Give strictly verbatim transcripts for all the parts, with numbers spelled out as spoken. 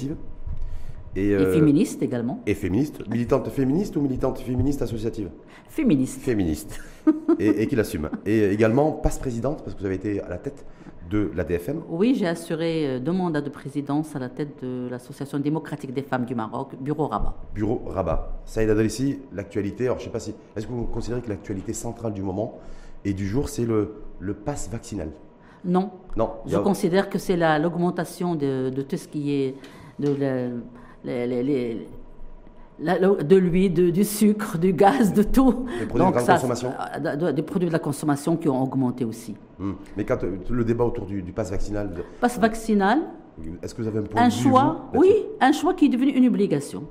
associative. Et, et euh, féministe également. Et féministe. Militante féministe ou militante féministe associative? Féministe. Féministe. et, et qui l'assume. Et également passe-présidente, parce que vous avez été à la tête de l'A D F M. Oui, j'ai assuré deux mandats de présidence à la tête de l'Association démocratique des femmes du Maroc, Bureau Rabat. Bureau Rabat. Saïd Adressi, l'actualité, alors je ne sais pas si... Est-ce que vous considérez que l'actualité centrale du moment et du jour, c'est le, le pass vaccinal? Non. Non. Je a... considère que c'est l'augmentation de, de tout ce qui est... de la, les, les, les, la, de l'huile, du sucre, du gaz, de tout. Des produits Donc, de grande ça, consommation Des produits de la consommation qui ont augmenté aussi. Hum. Mais quand le débat autour du, du pass vaccinal... De... Pass vaccinal, est-ce que vous avez un point un de vue, choix, vous, oui, un choix qui est devenu une obligation.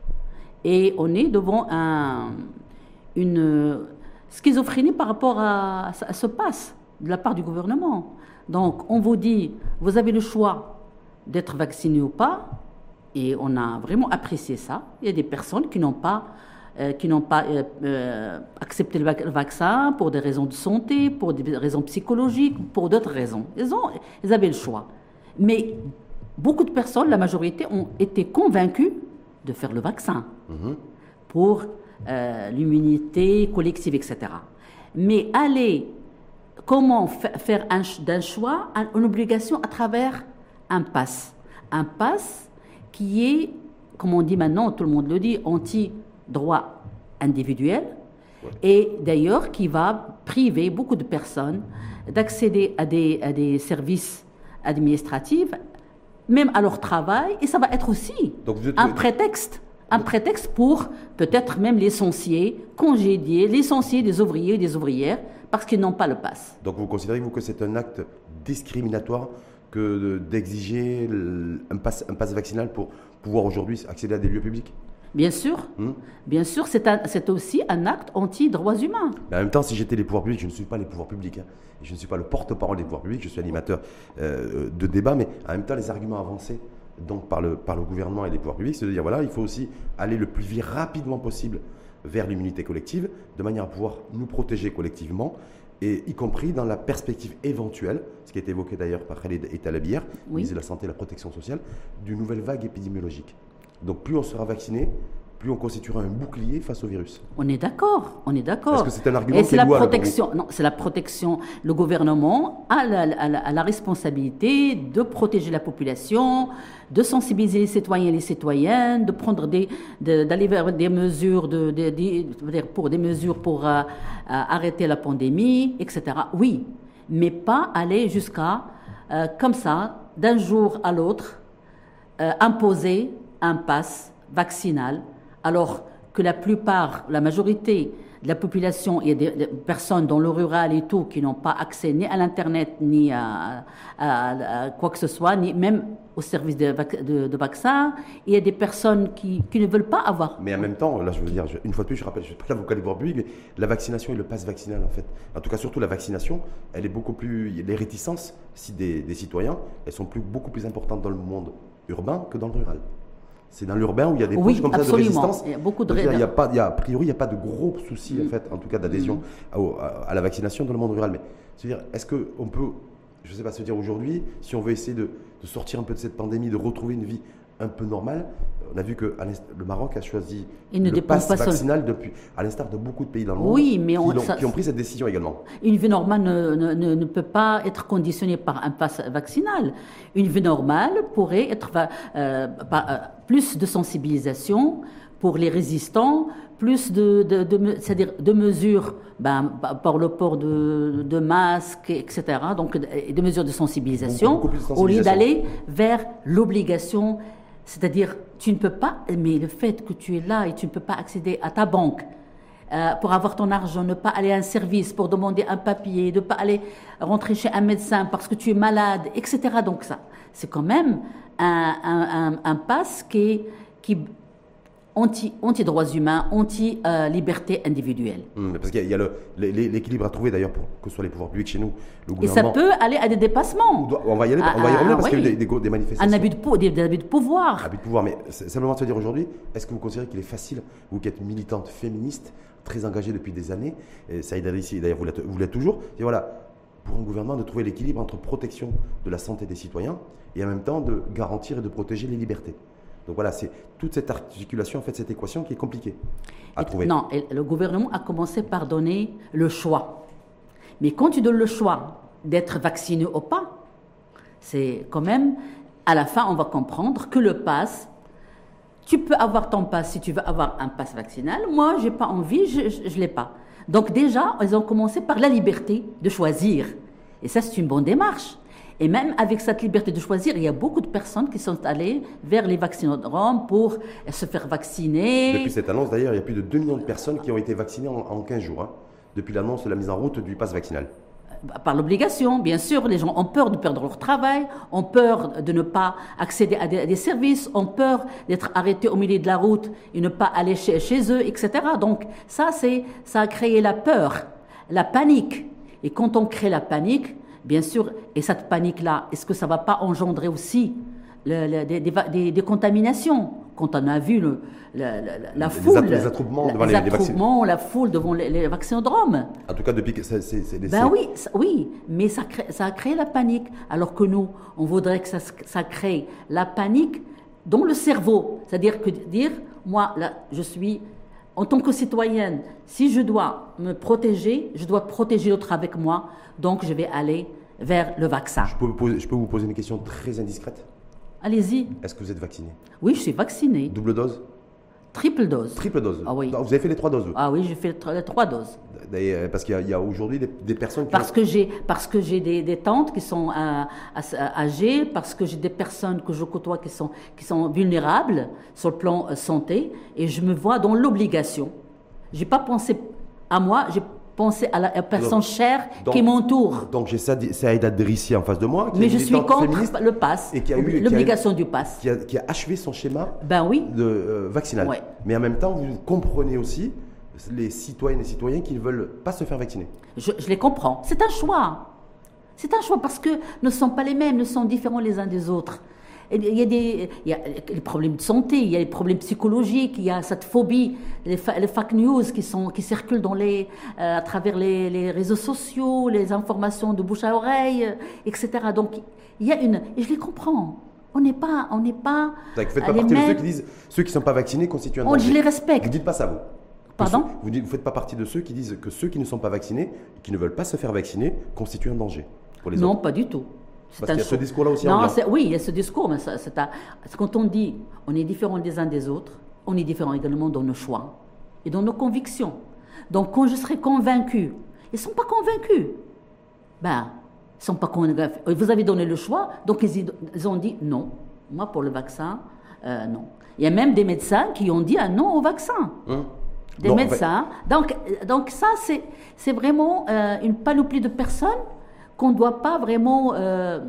Et on est devant un, une schizophrénie par rapport à, à ce pass de la part du gouvernement. Donc, on vous dit, vous avez le choix d'être vacciné ou pas. Et on a vraiment apprécié ça. Il y a des personnes qui n'ont pas, euh, qui n'ont pas euh, euh, accepté le, vac le vaccin pour des raisons de santé, pour des raisons psychologiques, pour d'autres raisons. Ils, ont, ils avaient le choix. Mais beaucoup de personnes, la majorité, ont été convaincues de faire le vaccin mmh. pour euh, l'immunité collective, et cetera. Mais aller, comment fa faire un, d'un choix une obligation à travers un pass. Un pass qui est, comme on dit maintenant, tout le monde le dit, anti-droit individuel, ouais. Et d'ailleurs qui va priver beaucoup de personnes d'accéder à des, à des services administratifs, même à leur travail, et ça va être aussi Donc vous êtes... un prétexte, un prétexte pour peut-être même licencier, congédier, licencier des ouvriers et des ouvrières parce qu'ils n'ont pas le pass. Donc vous considérez-vous que c'est un acte discriminatoire que d'exiger un pass, un pass vaccinal pour pouvoir aujourd'hui accéder à des lieux publics? Bien sûr, hum. bien sûr, c'est aussi un acte anti-droits humains. Mais en même temps, si j'étais les pouvoirs publics, je ne suis pas les pouvoirs publics, hein, et je ne suis pas le porte-parole des pouvoirs publics, je suis animateur euh, de débat, mais en même temps, les arguments avancés donc, par, le, par le gouvernement et les pouvoirs publics, c'est de dire, voilà, il faut aussi aller le plus vite, rapidement possible vers l'immunité collective, de manière à pouvoir nous protéger collectivement, et y compris dans la perspective éventuelle, ce qui a été évoqué d'ailleurs par Khaled Etalab hier, oui. ministre de la Santé et de la Protection sociale, d'une nouvelle vague épidémiologique. Donc plus on sera vacciné, plus on constituera un bouclier face au virus. On est d'accord, on est d'accord. Est-ce que c'est un argument Et qui c'est est la louable protection. Non, c'est la protection. Le gouvernement a la, a, la, a la responsabilité de protéger la population, de sensibiliser les citoyens et les citoyennes, de prendre des, de, d'aller vers des mesures de, de, de, pour des mesures pour euh, arrêter la pandémie, et cetera. Oui, mais pas aller jusqu'à euh, comme ça, d'un jour à l'autre, euh, imposer un pass vaccinal, alors que la plupart, la majorité de la population, il y a des, des personnes dans le rural et tout qui n'ont pas accès ni à l'Internet, ni à, à, à quoi que ce soit, ni même au service de, de, de vaccins. Il y a des personnes qui, qui ne veulent pas avoir. Mais en même temps, là je veux dire, une fois de plus, je rappelle, je ne suis pas l'avocat des pouvoirs publics, mais la vaccination et le pass vaccinal, en fait, en tout cas surtout la vaccination, elle est beaucoup plus, les réticences si des, des citoyens, elles sont plus, beaucoup plus importantes dans le monde urbain que dans le rural. C'est dans l'urbain où il y a des oui, poches comme absolument. ça de résistance. Il y a beaucoup de il y a, il y a pas, il y a, a priori, il n'y a pas de gros soucis, mmh. en fait, en tout cas d'adhésion mmh. à, à la vaccination dans le monde rural. Mais c'est-à-dire, est-ce qu'on peut, je ne sais pas, se dire aujourd'hui, si on veut essayer de, de sortir un peu de cette pandémie, de retrouver une vie un peu normale, on a vu que le Maroc a choisi il ne le pass pas vaccinal depuis, à l'instar de beaucoup de pays dans le monde oui, mais on, qui, ont, ça, qui ont pris cette décision également. Une vie normale ne, ne, ne peut pas être conditionnée par un pass vaccinal. Une vie normale pourrait être euh, par, euh, plus de sensibilisation pour les résistants, plus de, de, de, c'est-à-dire de mesures ben, par le port de, de masques, et cetera. Donc, des mesures de sensibilisation, beaucoup, beaucoup de sensibilisation. Au lieu d'aller vers l'obligation. C'est-à-dire, tu ne peux pas, mais le fait que tu es là et tu ne peux pas accéder à ta banque euh, pour avoir ton argent, ne pas aller à un service pour demander un papier, ne pas aller rentrer chez un médecin parce que tu es malade, et cetera. Donc ça, c'est quand même un, un, un, un pass qui est qui, anti, anti-droits humains, anti-liberté euh, individuelle. Mmh, parce qu'il y a, a l'équilibre à trouver d'ailleurs pour que ce soit les pouvoirs publics chez nous, le gouvernement. Et ça peut aller à des dépassements. On, doit, on va y aller, ah, on va y revenir ah, parce oui. qu'il y a eu des, des, des manifestations. Un abus de, des, des abus de pouvoir. Abus de pouvoir, mais simplement de se dire aujourd'hui, est-ce que vous considérez qu'il est facile, vous qui êtes militante féministe, très engagée depuis des années, et Saïd Adressi d'ailleurs vous l'êtes toujours, et voilà, pour un gouvernement de trouver l'équilibre entre protection de la santé des citoyens et en même temps de garantir et de protéger les libertés. Donc voilà, c'est toute cette articulation, en fait, cette équation qui est compliquée à Et, trouver. Non, et le gouvernement a commencé par donner le choix. Mais quand tu donnes le choix d'être vacciné ou pas, c'est quand même, à la fin, on va comprendre que le pass, tu peux avoir ton pass si tu veux avoir un pass vaccinal. Moi, je n'ai pas envie, je ne l'ai pas. Donc déjà, ils ont commencé par la liberté de choisir. Et ça, c'est une bonne démarche. Et même avec cette liberté de choisir, il y a beaucoup de personnes qui sont allées vers les vaccinodromes pour se faire vacciner. Depuis cette annonce, d'ailleurs, il y a plus de deux millions de personnes qui ont été vaccinées en, en quinze jours, hein, depuis l'annonce de la mise en route du pass vaccinal. Par l'obligation, bien sûr, les gens ont peur de perdre leur travail, ont peur de ne pas accéder à des, à des services, ont peur d'être arrêtés au milieu de la route et ne pas aller chez, chez eux, et cetera. Donc ça, c'est, ça a créé la peur, la panique. Et quand on crée la panique, bien sûr, et cette panique-là, est-ce que ça ne va pas engendrer aussi le, le, des, des, des contaminations? Quand on a vu le, la, la, la foule, les attroupements devant les, les, attroupements, la foule devant les, les vaccinodromes. En tout cas, depuis que c'est... c'est, c'est Ben oui, ça, oui, mais ça, crée, ça a créé la panique. Alors que nous, on voudrait que ça, ça crée la panique dans le cerveau. C'est-à-dire que dire, moi, là, je suis, en tant que citoyenne, si je dois me protéger, je dois protéger l'autre avec moi, donc je vais aller vers le vaccin. Je peux vous poser, je peux vous poser une question très indiscrète? Allez-y. Est-ce que vous êtes vacciné? Oui, je suis vaccinée. Double dose? Triple dose. Triple dose? Ah oui. Non, vous avez fait les trois doses? Vous. Ah oui, j'ai fait les trois doses. D'ailleurs, parce qu'il y a, il y a aujourd'hui des, des personnes qui... Parce ont... que j'ai, parce que j'ai des, des tantes qui sont euh, âgées, parce que j'ai des personnes que je côtoie qui sont, qui sont vulnérables sur le plan euh, santé, et je me vois dans l'obligation. Je n'ai pas pensé à moi, j'ai pensé à la à personne chère donc, qui m'entoure. Donc j'ai Saïda Drissi en face de moi. Qui Mais je suis contre le pass, l'obligation du pass. Qui a, qui a achevé son schéma ben oui. de, euh, vaccinal. Ouais. Mais en même temps, vous comprenez aussi les citoyennes et citoyens qui ne veulent pas se faire vacciner. Je, je les comprends. C'est un choix. C'est un choix parce que ne sont pas les mêmes, ne sont différents les uns des autres. Il y a des il y a les problèmes de santé, il y a les problèmes psychologiques, il y a cette phobie, les, fa, les fake news qui, sont, qui circulent dans les, euh, à travers les, les réseaux sociaux, les informations de bouche à oreille, et cetera. Donc il y a une... Et je les comprends. On n'est pas... On n'est pas vous ne faites pas partie mêmes... de ceux qui disent ceux qui ne sont pas vaccinés constituent un danger. Je les respecte. Vous ne dites pas ça, vous. Pardon? Vous ne faites pas partie de ceux qui disent que ceux qui ne sont pas vaccinés, qui ne veulent pas se faire vacciner, constituent un danger pour les non, autres. Non, pas du tout. Parce qu'il y a ce discours-là aussi. Non, oui, il y a ce discours, mais ça, c'est à, quand on dit on est différents les uns des autres, on est différents également dans nos choix et dans nos convictions. Donc, quand je serai convaincu, ils ne sont pas convaincus. Ben, ils sont pas convaincus. Vous avez donné le choix, donc ils, ils ont dit non. Moi, pour le vaccin, euh, non. Il y a même des médecins qui ont dit un non au vaccin. Hum. Des non, médecins. En fait... Donc, donc, ça, c'est, c'est vraiment euh, une panoplie de personnes qu'on ne doit pas vraiment euh,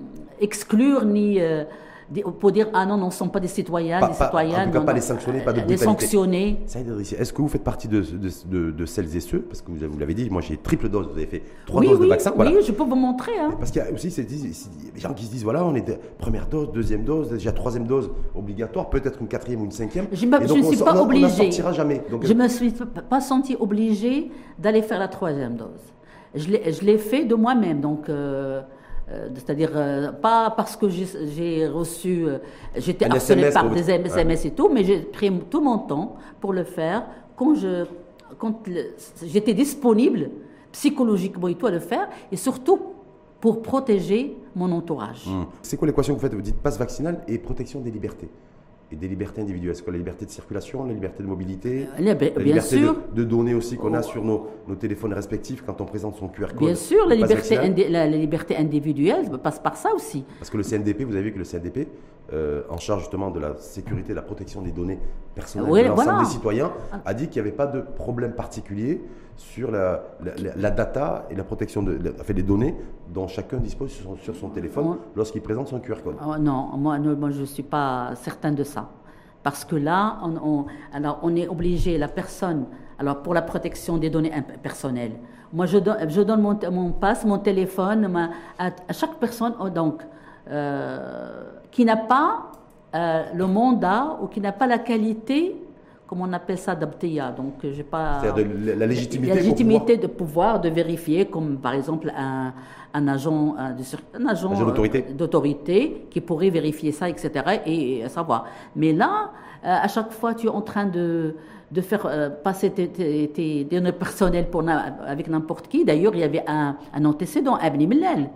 exclure ni euh, pour dire ah non, non, ce ne sont pas des citoyens, pas, des citoyennes. En tout cas, non, pas non, les sanctionner, pas de les sanctionner. Est-ce que vous faites partie de, de, de, de celles et ceux, parce que vous, vous l'avez dit, moi j'ai triple dose, vous avez fait trois oui, doses oui, de vaccin. Oui, voilà. je peux vous montrer. Hein. Parce qu'il y a aussi ces, ces gens qui se disent voilà, on est de première dose, deuxième dose, déjà troisième dose obligatoire, peut-être une quatrième ou une cinquième. Je ne suis on, pas on, obligée. On n'en sortira jamais. Donc, je ne me suis pas sentie obligée d'aller faire la troisième dose. Je l'ai, je l'ai fait de moi-même, donc, euh, euh, c'est-à-dire euh, pas parce que j'ai, j'ai reçu, euh, j'étais harcelée par des S M S ouais. et tout, mais j'ai pris tout mon temps pour le faire quand, je, quand le, j'étais disponible psychologiquement et tout à le faire, et surtout pour protéger mon entourage. Mmh. C'est quoi l'équation que vous faites? Vous dites passe vaccinal et protection des libertés. Et des libertés individuelles, c'est quoi la liberté de circulation, la liberté de mobilité, bien, la bien liberté sûr. De, de données aussi qu'on a sur nos, nos téléphones respectifs quand on présente son Q R code. Bien sûr, la liberté, indi- la, la liberté individuelle passe par ça aussi. Parce que le C N D P, vous avez vu que le C N D P, euh, en charge justement de la sécurité, de la protection des données personnelles oui, de l'ensemble voilà. des citoyens, a dit qu'il n'y avait pas de problème particulier sur la, la, la data et la protection de, la, enfin, des données dont chacun dispose sur son, sur son téléphone oui. lorsqu'il présente son Q R code. Oh, non, moi, moi je ne suis pas certaine de ça. Parce que là, on, on, alors on est obligé, la personne, alors pour la protection des données personnelles, moi je donne, je donne mon, mon passe, mon téléphone ma, à, à chaque personne donc, euh, qui n'a pas euh, le mandat ou qui n'a pas la qualité comment on appelle ça, d'abtiya. Donc, j'ai pas. C'est-à-dire de la légitimité. La légitimité de pouvoir de vérifier, comme par exemple un, un agent, un, un agent, agent d'autorité. d'autorité qui pourrait vérifier ça, et cetera. Et, et savoir. Mais là, euh, à chaque fois, tu es en train de de faire euh, passer tes, tes, tes données personnelles pour avec n'importe qui. D'ailleurs, il y avait un, un antécédent à Beni Mellal.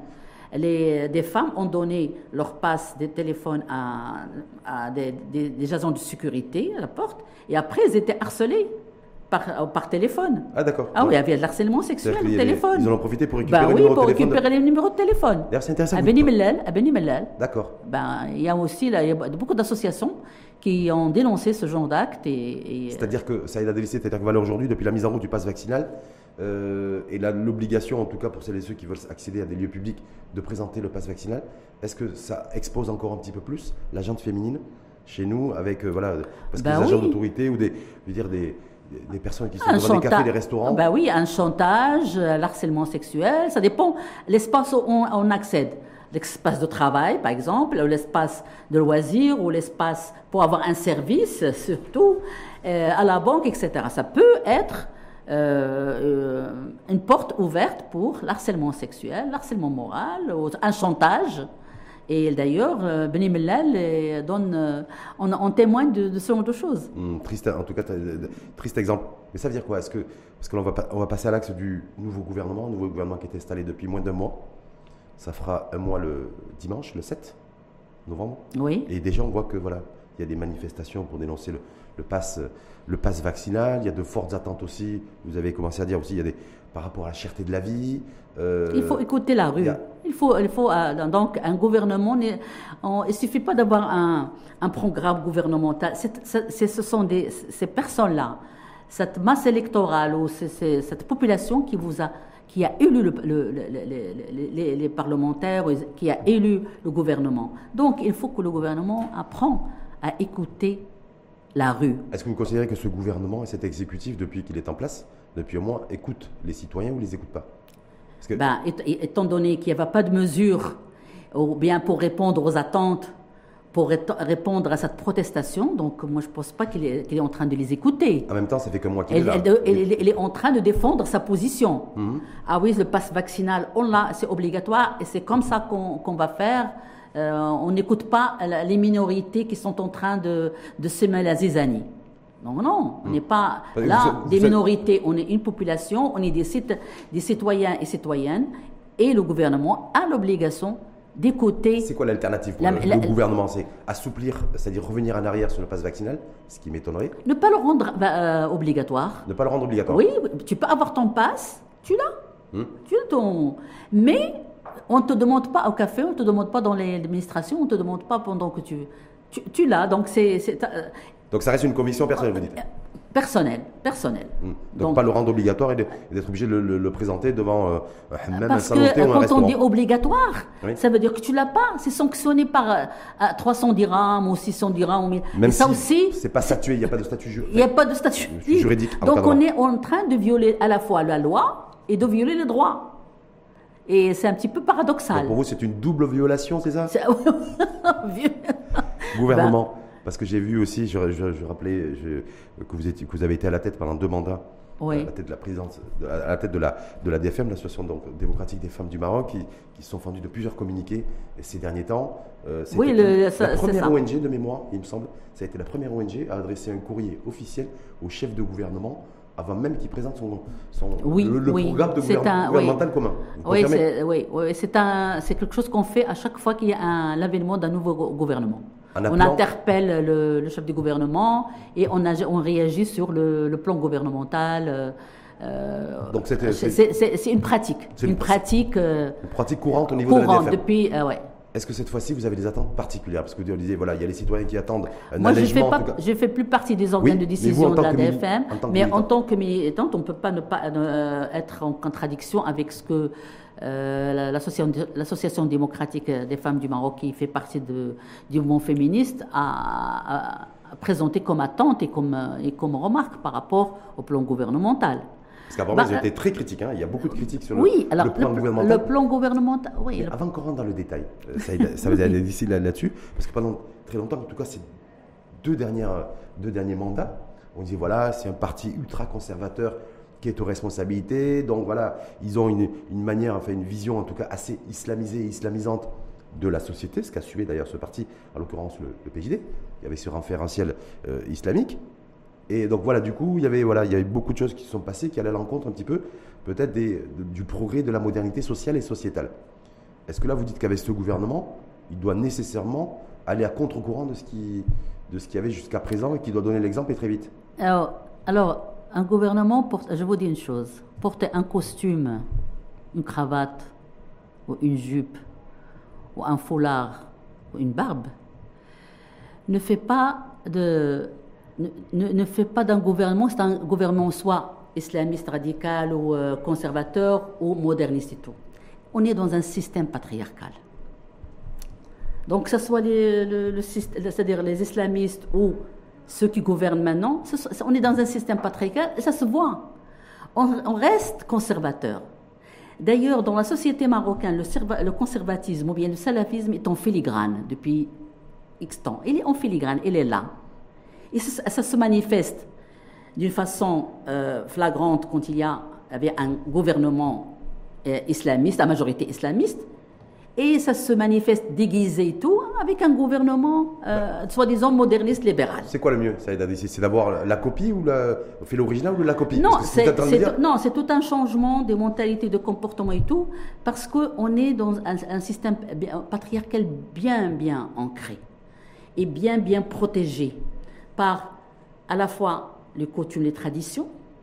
Les, des femmes ont donné leur passe des téléphones à, à des, des, des agents de sécurité à la porte, et après, ils étaient harcelés par, par téléphone. Ah, d'accord. Ah oui, il y avait de l'harcèlement sexuel au téléphone. Ils en ont profité pour récupérer bah, les oui, numéros pour de téléphone. récupérer de... les numéros de téléphone. D'ailleurs, c'est intéressant. À Beni Mellal, à Beni Mellal. D'accord. Ben, il y a aussi là, il y a beaucoup d'associations qui ont dénoncé ce genre d'actes. Et, et... C'est-à-dire que ça a délaissé, c'est-à-dire que voilà, aujourd'hui, depuis la mise en route du pass vaccinal, euh, et l'obligation, en tout cas pour celles et ceux qui veulent accéder à des lieux publics, de présenter le pass vaccinal, est-ce que ça expose encore un petit peu plus la gente féminine chez nous, avec, euh, voilà, parce que ben les agents oui. d'autorité ou des, je veux dire, des, des personnes qui sont un devant des cafés, chanta- des restaurants. Ben oui, un chantage, l'harcèlement sexuel, ça dépend l'espace où on, on accède. L'espace de travail, par exemple, ou l'espace de loisirs, ou l'espace pour avoir un service, surtout, euh, à la banque, et cetera. Ça peut être euh, euh, une porte ouverte pour l'harcèlement sexuel, l'harcèlement moral, ou un chantage. Et d'ailleurs, euh, Beni Mellal euh, donne, euh, on, on témoigne de, de ce genre de choses. Hum, triste, en tout cas, triste exemple. Mais ça veut dire quoi? Est-ce que, parce que l'on va, on va passer à l'axe du nouveau gouvernement, nouveau gouvernement qui est installé depuis moins d'un mois. Ça fera un mois le dimanche, le sept novembre. Oui. Et déjà, on voit que voilà, il y a des manifestations pour dénoncer le, le pass, le pass vaccinal. Il y a de fortes attentes aussi. Vous avez commencé à dire aussi, il y a des par rapport à la cherté de la vie. Euh, il faut écouter la rue. Il, a... il faut, il faut euh, donc un gouvernement. On, il suffit pas d'avoir un, un programme gouvernemental. C'est, c'est, c'est, ce sont des, ces personnes-là, cette masse électorale ou c'est, c'est, cette population qui vous a qui a élu le, le, le, les, les, les parlementaires, qui a élu le gouvernement. Donc, il faut que le gouvernement apprenne à écouter la rue. Est-ce que vous considérez que ce gouvernement et cet exécutif, depuis qu'il est en place, depuis au moins, écoute les citoyens ou les écoute pas? Parce que... ben, étant donné qu'il n'y avait pas de mesures, ou bien pour répondre aux attentes, pour répondre à cette protestation, donc moi je ne pense pas qu'il est, qu'il est en train de les écouter. En même temps, ça fait que moi qu'il est elle, là. Elle, elle, elle est en train de défendre sa position. Mm-hmm. Ah oui, le pass vaccinal, on l'a, c'est obligatoire et c'est comme ça qu'on, qu'on va faire. Euh, on n'écoute pas les minorités qui sont en train de, de semer la zizanie. Non, non, on n'est pas mmh. là vous, vous des êtes... minorités, on est une population, on est des, des citoyens et citoyennes et le gouvernement a l'obligation d'écouter. C'est quoi l'alternative pour la, le, la, le gouvernement? C'est assouplir, c'est-à-dire revenir en arrière sur le pass vaccinal, ce qui m'étonnerait. Ne pas le rendre bah, euh, obligatoire. Ne pas le rendre obligatoire. Oui, tu peux avoir ton pass, tu l'as. Hmm. Tu as ton. Mais on ne te demande pas au café, on ne te demande pas dans l'administration, on ne te demande pas pendant que tu. Tu, tu l'as, donc c'est. c'est euh, donc ça reste une commission personnelle, vous dites? Personnel, personnel. Mmh. Donc, Donc pas le rendre obligatoire et d'être obligé de le, le, le présenter devant euh, même parce un salon de thé ou un quand restaurant. On dit obligatoire, oui. Ça veut dire que tu l'as pas. C'est sanctionné par euh, trois cents dirhams ou six cents dirhams. Ou mille. Même et ça si aussi, c'est pas statué, il n'y a pas de statut juridique. Il n'y a pas de statut juridique. Donc on est en train de violer à la fois la loi et de violer les droits. Et c'est un petit peu paradoxal. Donc pour vous, c'est une double violation, c'est ça? C'est... Gouvernement. Ben... Parce que j'ai vu aussi, je, je, je rappelais je, que, vous étiez, que vous avez été à la tête pendant deux mandats, oui. à la tête de la présidence, à la tête de la, de la D F M, l'Association démocratique des femmes du Maroc, qui, qui se sont fendus de plusieurs communiqués ces derniers temps. Euh, oui, le, la ça, première O N G de mémoire, il me semble, ça a été la première O N G à adresser un courrier officiel au chef de gouvernement avant même qu'il présente son, son oui, le, le oui. programme de gouvernement, un, gouvernemental oui. commun. Oui, c'est, oui, oui, c'est, un, c'est quelque chose qu'on fait à chaque fois qu'il y a un, l'avènement d'un nouveau gouvernement. On interpelle le, le chef du gouvernement et on, a, on réagit sur le, le plan gouvernemental. Euh, Donc c'est, c'est, c'est, c'est, c'est une pratique. C'est une, une pratique, euh, une pratique courante au niveau courante de la D F M. Depuis, euh, ouais. Est-ce que cette fois-ci, vous avez des attentes particulières? Parce que vous disiez, voilà, il y a les citoyens qui attendent un Moi, allègement. Moi, je ne fais plus partie des organes oui, de décision de la D F M, en mais en tant que militante, on ne peut pas ne pas euh, être en contradiction avec ce que euh, l'association, l'association démocratique des femmes du Maroc, qui fait partie de, du mouvement féministe, a, a présenté comme attente et comme, et comme remarque par rapport au plan gouvernemental. Parce qu'avant, bah, ils ont été très critiques. Hein. Il y a beaucoup de critiques sur le, oui, alors, le plan le, gouvernemental. Le plan gouvernemental, oui. Le... Avant qu'on rentre dans le détail, ça, ça va aller d'ici là, là-dessus, parce que pendant très longtemps, en tout cas, ces deux, dernières, deux derniers mandats, On disait, voilà, c'est un parti ultra-conservateur qui est aux responsabilités. Donc voilà, ils ont une, une manière, enfin une vision en tout cas assez islamisée et islamisante de la société, ce qu'a suivi d'ailleurs ce parti, en l'occurrence le, le P J D, qui avait ce référentiel euh, islamique. Et donc voilà, du coup, il y avait, voilà, il y avait beaucoup de choses qui se sont passées, qui allaient à l'encontre un petit peu, peut-être des, de, du progrès de la modernité sociale et sociétale. Est-ce que là, vous dites qu'avec ce gouvernement, il doit nécessairement aller à contre-courant de ce qui, de ce qu'il y avait jusqu'à présent et qui doit donner l'exemple et très vite? Alors, alors, un gouvernement, porte, je vous dis une chose, porter un costume, une cravate, ou une jupe, ou un foulard, ou une barbe, ne fait pas de... Ne, ne, ne fait pas d'un gouvernement, c'est un gouvernement soit islamiste radical ou euh, conservateur ou moderniste et tout. On est dans un système patriarcal. Donc, que ce soit les, le, le, c'est-à-dire les islamistes ou ceux qui gouvernent maintenant, on est dans un système patriarcal et ça se voit. On, on reste conservateur. D'ailleurs, dans la société marocaine, le, le conservatisme ou bien le salafisme est en filigrane depuis X temps. Il est en filigrane, il est là. Et ça, ça se manifeste d'une façon euh, flagrante quand il y a, avait un gouvernement euh, islamiste, à majorité islamiste, et ça se manifeste déguisé et tout, avec un gouvernement euh, ouais. soi-disant moderniste libéral. C'est quoi le mieux, Saïda Dissi? C'est d'avoir la copie ou la, fait l'original ou la copie? Non, c'est, c'est, non, c'est tout un changement des mentalités, de comportement et tout, parce qu'on est dans un, un système patriarcal bien, bien ancré et bien, bien protégé par à la fois les coutumes, les traditions.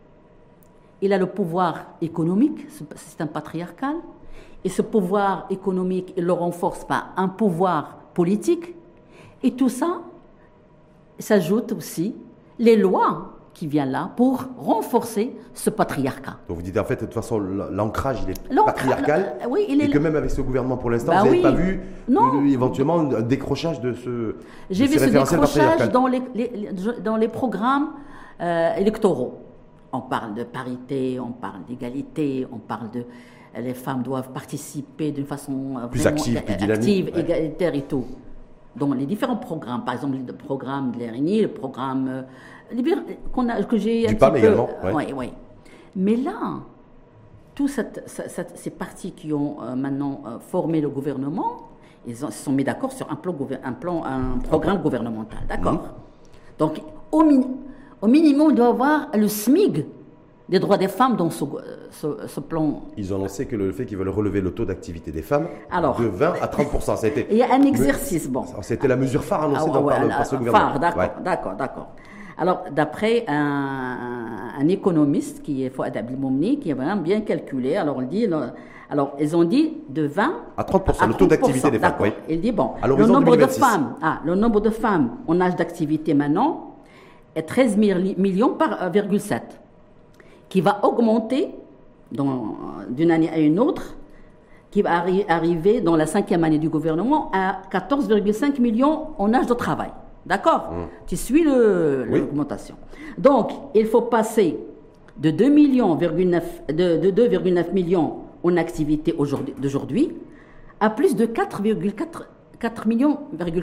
Il a le pouvoir économique, ce système patriarcal, et ce pouvoir économique, il le renforce par un pouvoir politique. Et tout ça s'ajoute aussi les lois qui viennent là pour renforcer ce patriarcat. Donc vous dites en fait, de toute façon, l'ancrage il est L'ancra... patriarcal, oui, il est... et que même avec ce gouvernement pour l'instant, bah vous n'avez oui. pas vu non. euh, éventuellement un décrochage de ce J'ai de vu ces ce décrochage dans les, les, les, dans les programmes euh, électoraux. On parle de parité, on parle d'égalité, on parle de... Les femmes doivent participer d'une façon plus active, plus dynamique, active ouais. égalitaire et tout. Dans les différents programmes, par exemple le programme de l'R N I, le programme euh, qu'on a, que j'ai... Du P A M également, oui. Ouais. Ouais, ouais. Mais là, tous cette, cette, ces partis qui ont euh, maintenant euh, formé le gouvernement, ils ont, se sont mis d'accord sur un, plan, un, plan, un programme gouvernemental, d'accord. Mmh. Donc, au, min, au minimum, il doit y avoir le SMIG des droits des femmes dans ce, ce, ce plan. Ils ont annoncé que le fait qu'ils veulent relever le taux d'activité des femmes Alors, de vingt à trente pour cent. Ça a été, il y a un exercice, bon. C'était la mesure phare annoncée ah, ouais, par, ouais, par ce gouvernement. Phare, d'accord, ouais. d'accord, d'accord. Alors, d'après un, un économiste, qui est Fouad Abdelmoumni, qui a vraiment bien calculé, alors, il dit, alors ils ont dit de vingt à trente pour cent, à le taux d'activité des femmes. Oui. Il dit, bon, le nombre, de femmes, ah, le nombre de femmes en âge d'activité maintenant est treize millions par virgule sept. Qui va augmenter dans, d'une année à une autre, qui va arri- arriver dans la cinquième année du gouvernement à quatorze virgule cinq millions en âge de travail. D'accord mmh. Tu suis le, oui. l'augmentation. Donc, il faut passer de deux virgule neuf millions en activité aujourd'hui, d'aujourd'hui à plus de quatre virgule quatre millions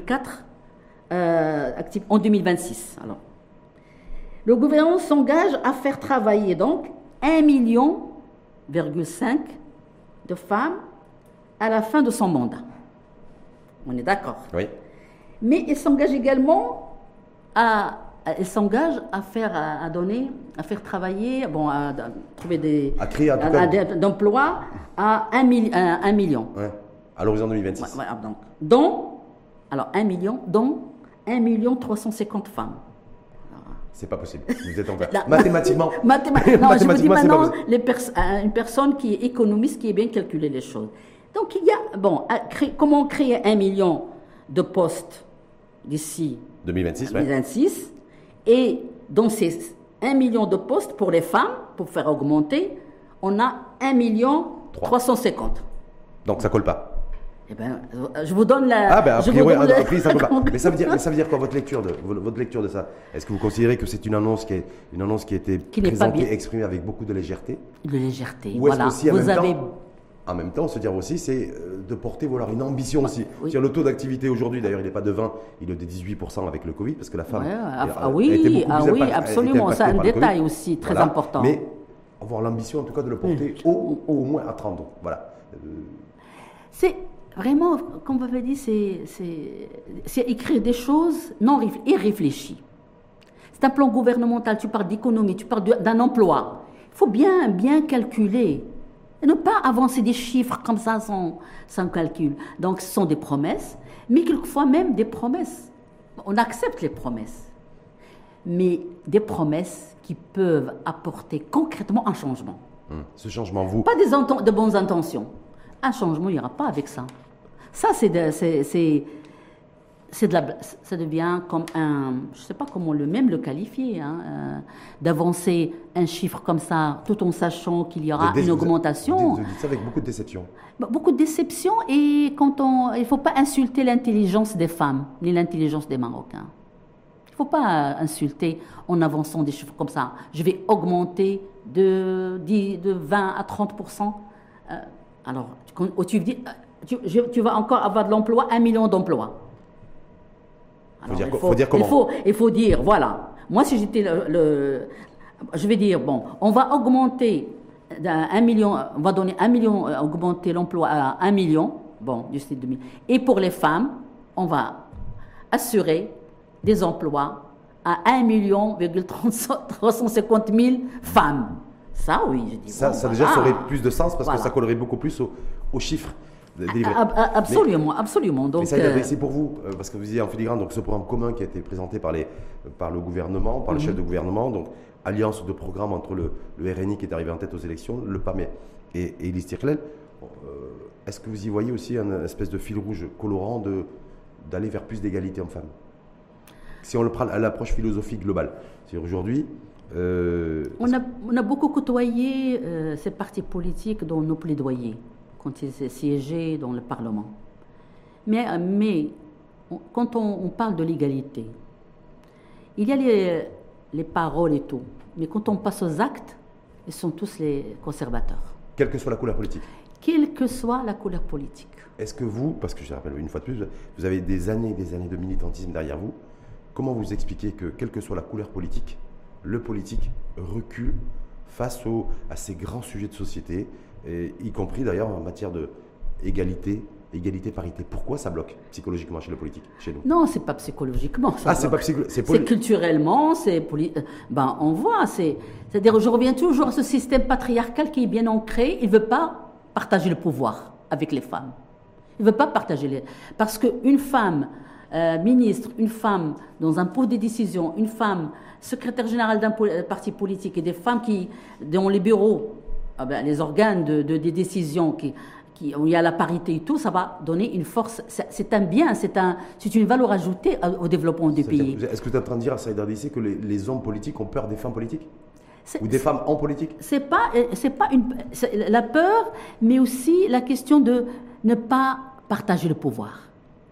euh, actifs en deux mille vingt-six. Alors, le gouvernement s'engage à faire travailler donc un million virgule cinq de femmes à la fin de son mandat. On est d'accord. Oui. Mais il s'engage également à, à il s'engage à faire à, à donner à faire travailler bon à, à trouver des à créer en tout à, cas à, d'emplois à un, mille, à un million. Ouais. À l'horizon deux mille vingt-six. Ouais, ouais, donc dont alors un million dont un million trois cent cinquante femmes. C'est pas possible. Vous êtes encore. La, mathématiquement. Mathématiquement. Non, je vous dis maintenant, les pers- une personne qui est économiste, qui est bien calculé les choses. Donc, il y a, bon, créer, comment créer un million de postes d'ici deux mille vingt-six, deux mille vingt-six ouais. Et dans ces un million de postes pour les femmes, pour faire augmenter, on a un million trois cent cinquante. Donc, ça colle pas. Eh ben, je vous donne la. Ah ben, a priori, a priori ça ne peut pas. Mais ça veut dire, mais ça veut dire quoi votre lecture de votre lecture de ça? Est-ce que vous considérez que c'est une annonce qui est une annonce qui a été qui présentée, exprimée avec beaucoup de légèreté? De légèreté. Ou est-ce voilà. qu'aussi en vous même avez temps, En même temps, se dire aussi, c'est euh, de porter voilà, une ambition aussi. Oui. Sur le taux d'activité aujourd'hui, d'ailleurs, il n'est pas de vingt, il est de dix-huit pour cent avec le Covid, parce que la femme Ouais, a, ah, a- oui, a été beaucoup ah plus oui, impact- a été absolument. impactée C'est un par le détail Covid. aussi très Voilà. important. Mais avoir l'ambition, en tout cas, de le porter au, au moins à trente ans. Voilà. Euh, C'est vraiment, comme vous avez dit, c'est, c'est, c'est écrire des choses non réf- irréfléchies. C'est un plan gouvernemental, tu parles d'économie, tu parles de- d'un emploi. Il faut bien, bien calculer. Et ne pas avancer des chiffres comme ça sans, sans calcul. Donc ce sont des promesses, mais quelquefois même des promesses. On accepte les promesses, mais des promesses qui peuvent apporter concrètement un changement. hum, Ce changement, vous, Pas des enten- de bonnes intentions. Un changement, il n'y aura pas avec ça. Ça, c'est de, c'est, c'est, c'est de la, ça devient comme un, je ne sais pas comment le même le qualifier, hein, euh, d'avancer un chiffre comme ça, tout en sachant qu'il y aura vous- une vous- augmentation. Vous dites ça avec beaucoup de déception. Beaucoup de déception et quand on, il ne faut pas insulter l'intelligence des femmes ni l'intelligence des Marocains. Il ne faut pas insulter en avançant des chiffres comme ça. Je vais augmenter de, dix, de vingt à trente pour cent. Euh, alors, quand tu, dis, tu, je- tu vas encore avoir de l'emploi, un million d'emplois. Alors, dire il co- faut dire il comment faut, il faut dire, voilà. Moi, si j'étais le, le- je vais dire, bon, on va augmenter d'un un million, on va donner un million, euh, augmenter l'emploi à un million, bon, du style de mille. Et pour les femmes, on va assurer des emplois à un million trois cent cinquante mille femmes. Ça, oui, je dis. Ça, bon, ça déjà, voilà. ça aurait plus de sens parce Voilà. que ça collerait beaucoup plus au- aux chiffres délivrés. Ab- ab- Absolument, absolument. Donc, Mais ça, il avait euh, essayé pour vous, euh, parce que vous disiez en filigrane, donc ce programme commun qui a été présenté par, les, par le gouvernement, par le Mhm. chef de gouvernement, donc alliance de programme entre le, le R N I qui est arrivé en tête aux élections, le P A M et, et, et l'Istiklal. Euh, Est-ce que vous y voyez aussi un espèce de fil rouge colorant de, d'aller vers plus d'égalité hommes-femmes? Si on le prend à l'approche philosophique globale. C'est-à-dire aujourd'hui, euh, on, a, on a beaucoup côtoyé euh, ces partis politiques dans nos plaidoyers, quand ils siégeaient dans le Parlement. Mais, euh, mais on- quand on, on parle de l'égalité, il y a les, les paroles et tout, mais quand on passe aux actes, ils sont tous les conservateurs, quelle que soit la couleur politique. quelle que soit la couleur politique. Est-ce que vous, parce que je rappelle une fois de plus, vous avez des années et des années de militantisme derrière vous, comment vous expliquez que, quelle que soit la couleur politique, le politique recule face au- à ces grands sujets de société, et y compris d'ailleurs en matière d'égalité, égalité, parité? Pourquoi ça bloque psychologiquement chez le politique, chez nous? Non, c'est pas psychologiquement. ça Ah, c'est bloque. pas psycholo- c'est C'est poli- culturellement, c'est poli- euh, ben on voit, c'est, c'est-à-dire je reviens toujours à ce système patriarcal qui est bien ancré. Il veut pas partager le pouvoir avec les femmes. Il veut pas partager les, parce qu'une femme euh, ministre, une femme dans un poste de décision, une femme secrétaire générale d'un po- parti politique et des femmes qui dans les bureaux, ah ben, les organes de, de- des décisions qui qui- où il y a la parité et tout, ça va donner une force. C'est c'est un bien, c'est un, c'est une valeur ajoutée à- au développement du pays. C'est-à-dire, est-ce que vous êtes en train de dire à Saïd Dissé que les, les hommes politiques ont peur des femmes politiques? C'est- Ou des femmes en politique? C'est pas, euh, c'est pas une, c'est la peur, mais aussi la question de ne pas partager le pouvoir.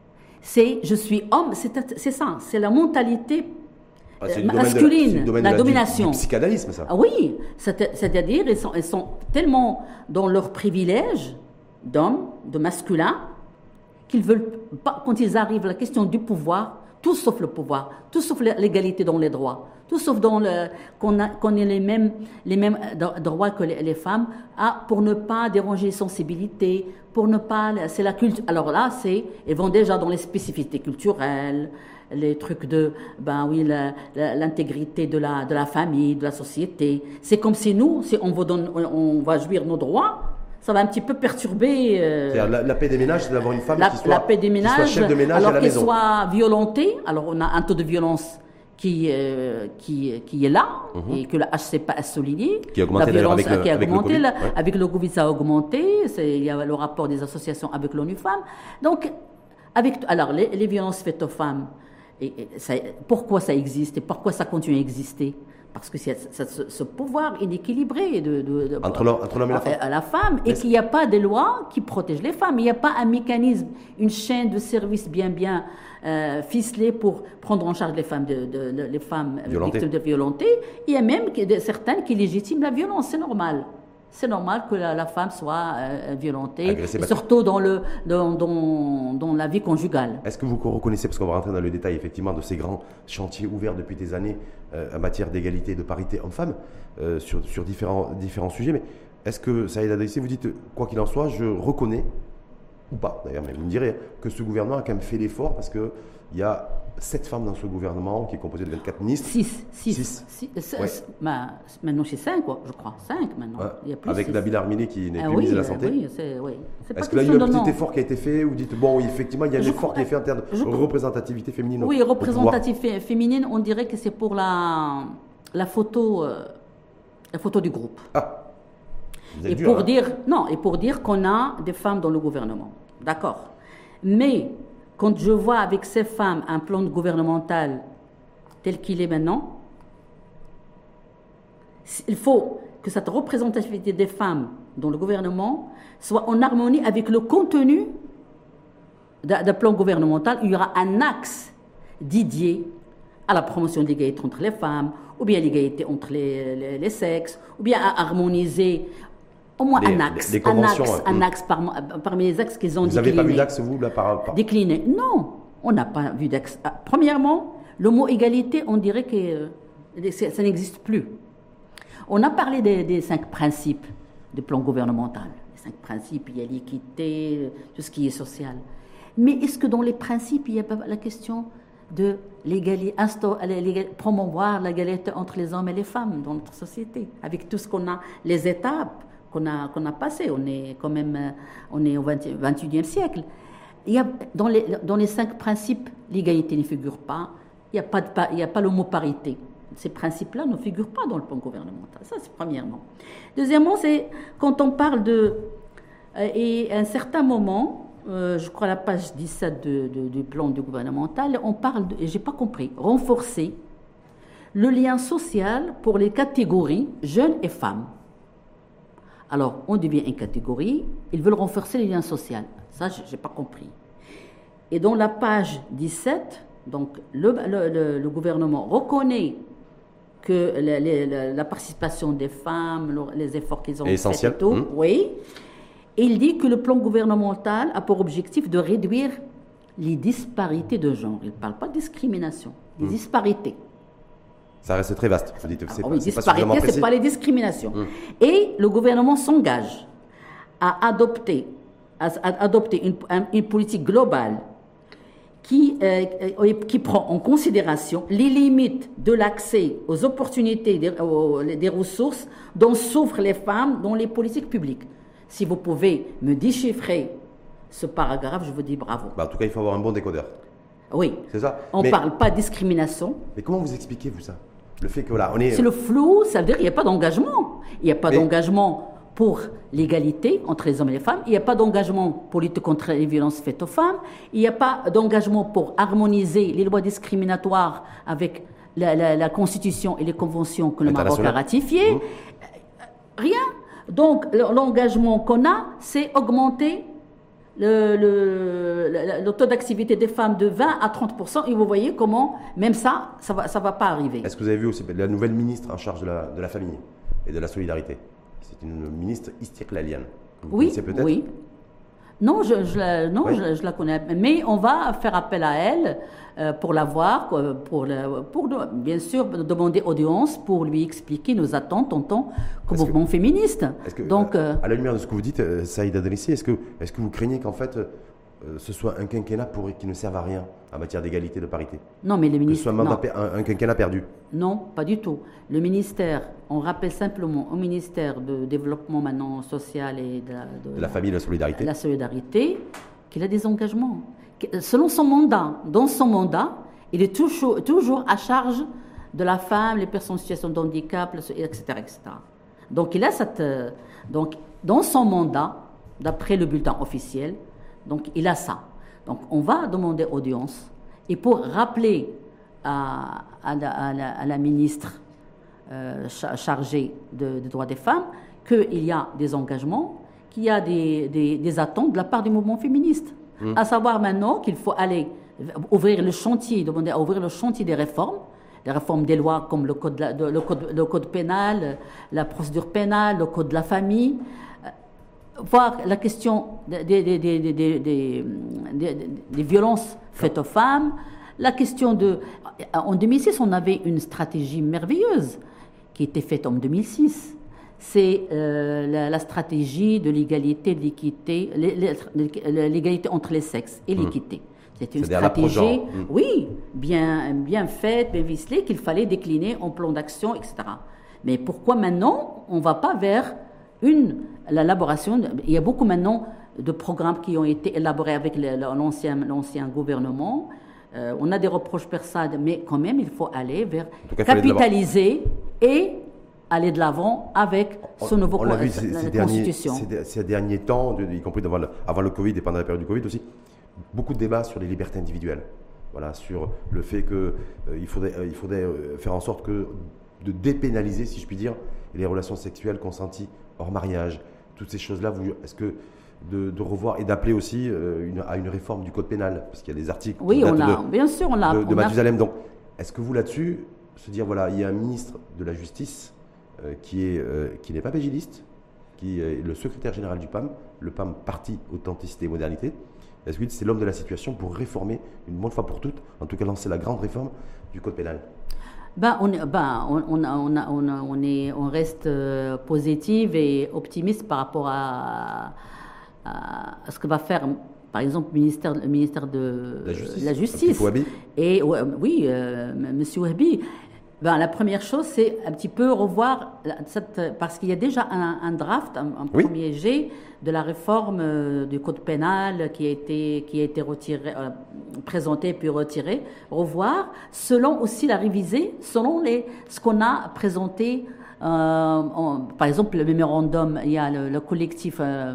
C'est, je suis homme, c'est c'est ça, c'est la mentalité Ah, c'est euh, du domaine de la- masculine, c'est du domaine la de du- domination. Du psychanalyse, ça. Ah oui, c'est- c'est-à-dire ils sont, ils sont tellement dans leur privilège d'hommes, de masculin, qu'ils veulent pas, quand ils arrivent à la question du pouvoir, tout sauf le pouvoir, tout sauf l'égalité dans les droits, tout sauf dans le, qu'on a, qu'on ait les mêmes, les mêmes droits que les, les femmes, ah, pour ne pas déranger les sensibilités, pour ne pas, c'est la culture. Alors là, c'est, ils vont déjà dans les spécificités culturelles, les trucs de, ben oui, la- la- l'intégrité de la, de la famille, de la société. C'est comme si nous, si on, vous donne, on va jouir nos droits, ça va un petit peu perturber. euh, C'est-à-dire, la, la paix des ménages, c'est d'avoir une femme la, qui soit, la paix des qui soit ménages, chef de ménage à alors la qu'elle maison. soit violentée. Alors on a un taux de violence qui, euh, qui, qui est là et que la H C P A a souligné. Qui a augmenté la d'ailleurs violence avec le- qui a avec le augmenté, Covid, la- ouais. avec le Covid ça a augmenté. C'est- Il y a le rapport des associations avec l'ONU Femmes. Donc, avec, alors les, les violences faites aux femmes, et, et ça- pourquoi ça existe et pourquoi ça continue à exister? Parce que c'est c'est ce, ce pouvoir inéquilibré de, de- de- Entre l'homme entre l'homme et la femme. à la femme et Est-ce- qu'il n'y a pas de loi qui protège les femmes. Il n'y a pas un mécanisme, une chaîne de services bien bien euh, ficelée pour prendre en charge les femmes, de, de- de- les femmes Violentées. victimes de violenté. Il y a même que- de- certaines qui légitiment la violence, c'est normal. c'est normal que la, la femme soit euh, violentée, Agressée, et bah- surtout dans, le, dans, dans, dans la vie conjugale. Est-ce que vous reconnaissez, parce qu'on va rentrer dans le détail effectivement de ces grands chantiers ouverts depuis des années euh, en matière d'égalité et de parité homme-femme euh, sur, sur différents, différents sujets, mais est-ce que Saïd Adressi, vous dites, quoi qu'il en soit, je reconnais, ou pas d'ailleurs, mais vous me direz, que ce gouvernement a quand même fait l'effort parce qu'il y a sept femmes dans ce gouvernement qui est composé de vingt-quatre ministres. Six. Six. Six. Six, euh, Ouais. c'est- bah, c'est- maintenant, c'est cinq, quoi, je crois. Cinq maintenant. Ouais. Il y a plus Avec six. Nabil Armini qui n'est Ah plus oui, ministre de la euh, Santé. oui, c'est, oui. C'est pas Est-ce que là, il y a eu question un de petit nom. effort qui a été fait ou vous dites, bon, oui, effectivement, il y a un Je effort qui est fait en termes de je- représentativité féminine? Oui, au pouvoir. représentative fé- féminine, on dirait que c'est pour la, la, photo, euh, la photo du groupe. Ah, vous êtes Et dur, pour hein. dire, non, et pour dire qu'on a des femmes dans le gouvernement. D'accord. Mais quand je vois avec ces femmes un plan gouvernemental tel qu'il est maintenant, il faut que cette représentativité des femmes dans le gouvernement soit en harmonie avec le contenu d'un d'un plan gouvernemental. Il y aura un axe dédié à la promotion de l'égalité entre les femmes, ou bien l'égalité entre les, les- les sexes, ou bien à harmoniser au moins Les- un axe, les- les un conventions, axe, ouais. un Mm. axe parmi, parmi les axes qu'ils ont Vous n'avez déclinés. pas vu d'axe, vous, là, par, par- Décliné. Non, on n'a pas vu d'axe. Ah, premièrement, le mot égalité, on dirait que euh, ça ça n'existe plus. On a parlé des, des cinq principes du plan gouvernemental. Les cinq principes, il y a l'équité, tout ce qui est social. Mais est-ce que dans les principes, il n'y a pas la question de l'égalité, insta- l'égal- promouvoir l'égalité entre les hommes et les femmes dans notre société, avec tout ce qu'on a, les étapes qu'on a, qu'on a passées. On est quand même, euh, on est au vingt et unième siècle. Il y a, dans, les, dans les cinq principes, l'égalité ne figure pas. Il n'y a pas de pa- il n'y a pas le mot parité. Ces principes-là ne figurent pas dans le plan gouvernemental. Ça, c'est premièrement. Deuxièmement, c'est quand on parle de... euh, et à un certain moment, euh, je crois à la page dix-sept de- de- du plan du gouvernemental, on parle, de, et j'ai pas compris, renforcer le lien social pour les catégories jeunes et femmes. Alors, on devient une catégorie, ils veulent renforcer les liens sociaux. Ça, je n'ai pas compris. Et dans la page dix-sept, donc, le, le- le- le gouvernement reconnaît que la, la- la participation des femmes, le- les efforts qu'ils ont Est essentiel. faits et tout, Mmh. oui. Et il dit que le plan gouvernemental a pour objectif de réduire les disparités de genre. Il ne parle pas de discrimination, les Mmh. disparités. Ça reste très vaste. Vous dites, c'est Ah pas, oui, c'est pas suffisamment disparité, précis. c'est pas les discriminations. Hum. Et le gouvernement s'engage à adopter, à, à adopter une, un- une politique globale qui, euh, euh, qui prend en considération les limites de l'accès aux opportunités, des, aux- des ressources dont souffrent les femmes dans les politiques publiques. Si vous pouvez me déchiffrer ce paragraphe, je vous dis bravo. Bah, en tout cas, il faut avoir un bon décodeur. Oui, C'est ça. on ne mais, parle pas de discrimination. mais comment vous expliquez, vous, ça? Le fait que, voilà, on est... C'est le flou, ça veut dire qu'il n'y a pas d'engagement. Il n'y a pas Mais- d'engagement pour l'égalité entre les hommes et les femmes. Il n'y a pas d'engagement pour lutter contre les violences faites aux femmes. Il n'y a pas d'engagement pour harmoniser les lois discriminatoires avec la, la- la Constitution et les conventions que le Maroc a International. ratifiées. Mmh. Rien. Donc, le- l'engagement qu'on a, c'est augmenter le, le- le- le taux d'activité des femmes de vingt à trente pour cent. Et vous voyez comment, même ça, ça ne va, ça va pas arriver. Est-ce que vous avez vu aussi la nouvelle ministre en charge de la, de la famille et de la solidarité? C'est une ministre istiklalienne. Vous Oui, connaissez peut-être? oui. Non, je, je la, non Oui. je, je la connais. Mais on va faire appel à elle euh, pour la voir, quoi, pour, la- pour le- bien sûr demander audience pour lui expliquer nos attentes en tant que Est-ce que- mouvement féministe. Est-ce que, Donc, euh, euh, à la lumière de ce que vous dites, euh, Saïd Adressi, est-ce que, est-ce que vous craignez qu'en fait, euh, ce soit un quinquennat pour, qui ne serve à rien en matière d'égalité et de parité? non, mais le Que ce ministre. soit un, mandat Non, per- un, un quinquennat perdu? non, pas du tout. Le ministère, on rappelle simplement au ministère de développement maintenant social et de la, de De la famille et de la solidarité? la solidarité, qu'il a des engagements. Que- Selon son mandat, dans son mandat, il est toujours, toujours à charge de la femme, les personnes en situation de handicap, et cetera, et cetera. Donc il a cette, euh, donc dans son mandat, d'après le bulletin officiel, donc il a ça. Donc on va demander audience et pour rappeler à, à la, à la- à la ministre euh, cha- chargée de- des droits des femmes qu'il y a des engagements, qu'il y a des, des- des attentes de la part du mouvement féministe. À savoir maintenant qu'il faut aller ouvrir le chantier, demander à ouvrir le chantier des réformes, les réformes des lois comme le code, de la, de, le code, le code pénal, la procédure pénale, le code de la famille, voir la question des, des, des, des, des, des, des, des violences faites aux femmes, la question de... En deux mille six, on avait une stratégie merveilleuse qui était faite en deux mille six. C'est euh, la, la stratégie de l'égalité, de l'équité, l'égalité entre les sexes et l'équité. C'est une stratégie, mmh. oui, bien, bien faite, bien ficelée, qu'il fallait décliner en plan d'action, et cetera. Mais pourquoi maintenant on ne va pas vers une l'élaboration? Il y a beaucoup maintenant de programmes qui ont été élaborés avec l'ancien, l'ancien gouvernement. Euh, on a des reproches personnels, mais quand même, il faut aller vers cas, capitaliser et aller de l'avant avec on, ce nouveau on con, vu la, ces, la ces constitution. Derniers, ces, ces derniers temps, de, y compris avant le, avant le Covid et pendant la période du Covid aussi, beaucoup de débats sur les libertés individuelles. Voilà, sur le fait qu'il euh, faudrait, euh, il faudrait euh, faire en sorte que de dépénaliser, si je puis dire, les relations sexuelles consenties hors mariage. Toutes ces choses-là, est-ce que de, de revoir et d'appeler aussi euh, une, à une réforme du code pénal, parce qu'il y a des articles oui, on a, de, bien sûr, on l'a, de, de on Mathusalem. Donc, est-ce que vous là-dessus, se dire, voilà, il y a un ministre de la Justice euh, qui, est, euh, qui n'est pas pégiliste, qui est le secrétaire général du P A M, le P A M Parti Authenticité et Modernité. Est-ce que c'est l'homme de la situation pour réformer une bonne fois pour toutes, en tout cas lancer la grande réforme du code pénal? Ben, on, ben, on, on, a, on, a, on, a, on, est, on reste euh, positive et optimiste par rapport à, à, à ce que va faire, par exemple, le ministère, le ministère de la Justice. La justice. Et oui, euh, M. Wahbi. Ben, la première chose, c'est un petit peu revoir, cette, parce qu'il y a déjà un, un draft, un, un oui. premier jet de la réforme euh, du code pénal qui a été, qui a été retiré, euh, présenté puis retiré, revoir, selon aussi la réviser, selon les, ce qu'on a présenté. Euh, en, par exemple, le mémorandum, il y a le, le collectif euh,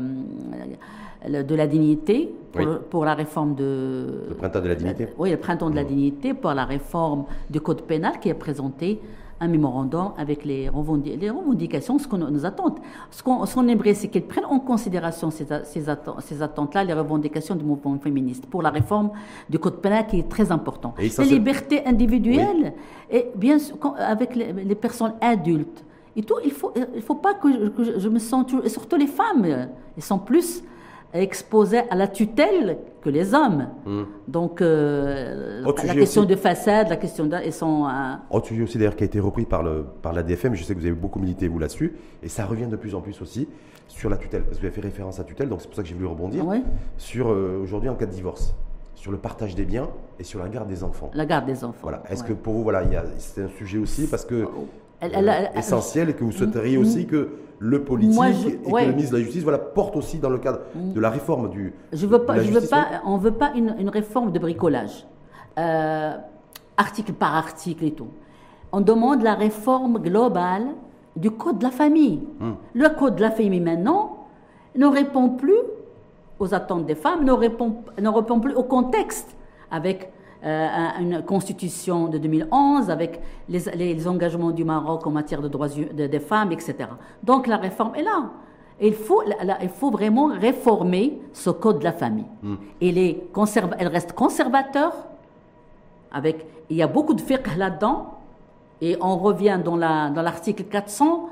de la dignité pour, oui. pour la réforme de... Le printemps de la dignité. Oui, le printemps de la dignité pour la réforme du code pénal qui a présenté un mémorandum avec les, revendic les revendications, ce qu'on nous attend. Ce qu'on qu aimerait, c'est qu'ils prennent en considération ces, ces, attentes, ces attentes-là, les revendications du mouvement féministe pour la réforme du code pénal qui est très important. Et ça, les libertés individuelles, oui. et bien sûr, avec les, les personnes adultes et tout, il ne faut, il faut pas que je, que je, je me sente, et surtout les femmes, elles sont plus exposés à la tutelle que les hommes. Mmh. Donc, euh, la question aussi, de façade, la question de... Ils sont, euh... Autre sujet aussi, d'ailleurs, qui a été repris par, le, par l'A D F M, je sais que vous avez beaucoup milité, vous, là-dessus, et ça revient de plus en plus aussi sur la tutelle, parce que vous avez fait référence à tutelle, donc c'est pour ça que j'ai voulu rebondir, oui. sur, euh, aujourd'hui, en cas de divorce, sur le partage des biens et sur la garde des enfants. La garde des enfants. Voilà. Est-ce ouais. que pour vous, voilà, c'est un sujet aussi, parce que... Elle, elle, elle, euh, essentiel, et que vous souhaiteriez aussi que le politique Moi, je, et ouais. que le ministre de la Justice voilà, porte aussi dans le cadre de la réforme du je veux pas, je justice, veux pas, oui. On ne veut pas une, une réforme de bricolage, euh, article par article et tout. On demande la réforme globale du code de la famille. Hum. Le code de la famille maintenant ne répond plus aux attentes des femmes, ne répond, ne répond plus au contexte avec Euh, une constitution de deux mille onze avec les, les engagements du Maroc en matière de droits de, des femmes, et cetera. Donc la réforme est là. Il faut, la, il faut vraiment réformer ce code de la famille. Mm. Il, est conserva, il reste conservateur. Avec, il y a beaucoup de fiqh là-dedans. Et on revient dans, la, dans l'article quatre cents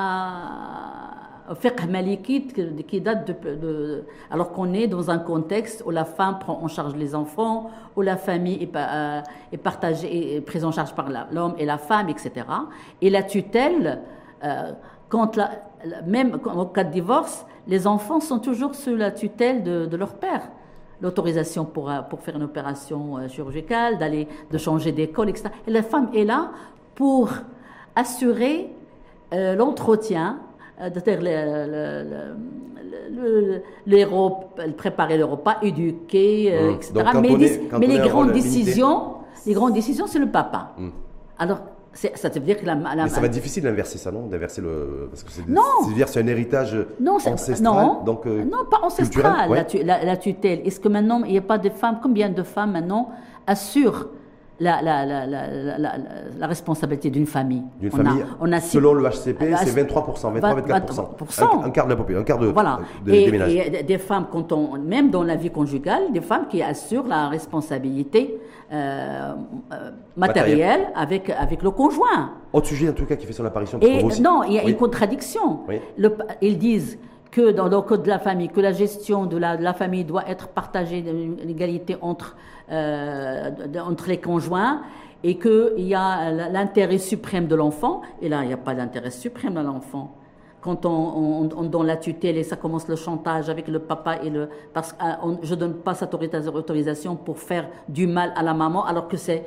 à fiqh malikite qui date de, de... Alors qu'on est dans un contexte où la femme prend en charge les enfants, où la famille est, euh, est partagée, est prise en charge par l'homme et la femme, et cetera. Et la tutelle, euh, quand la, même en cas de divorce, les enfants sont toujours sous la tutelle de, de leur père. L'autorisation pour, pour faire une opération chirurgicale, d'aller, de changer d'école, et cetera. Et la femme est là pour assurer euh, l'entretien, c'est-à-dire le, le, le, les repas, préparer le repas, éduquer, mmh. et cetera. Donc, mais, est, mais les grandes décisions, les grandes décisions, c'est le papa. Mmh. Alors, ça veut dire que la, la mais ça va être difficile d'inverser ça, non? D'inverser le, parce que c'est, non. C'est, c'est un héritage non, ancestral, non, donc euh, non, pas ancestral. Ouais. La, la, la tutelle. Est-ce que maintenant il n'y a pas de femmes? Combien de femmes maintenant assurent la, la, la, la, la, la, la responsabilité d'une famille. D'une on famille, a, on a selon le H C P, c'est vingt-trois pour cent, vingt-trois à vingt-quatre pour cent. Un, un quart de la population, un quart de, voilà. de, et, des ménages. Et des femmes, quand on, même dans la vie conjugale, des femmes qui assurent la responsabilité euh, euh, matérielle avec, avec le conjoint. Autre sujet, en tout cas, qui fait son apparition. Et non, il y a oui. une contradiction. Oui. Le, ils disent que dans le code de la famille, que la gestion de la, de la famille doit être partagée, une égalité entre, euh, entre les conjoints, et qu'il y a l'intérêt suprême de l'enfant. Et là, il n'y a pas d'intérêt suprême de l'enfant. Quand on, on, on donne la tutelle et ça commence le chantage avec le papa et le... Parce que euh, je ne donne pas cette autorisation pour faire du mal à la maman, alors que c'est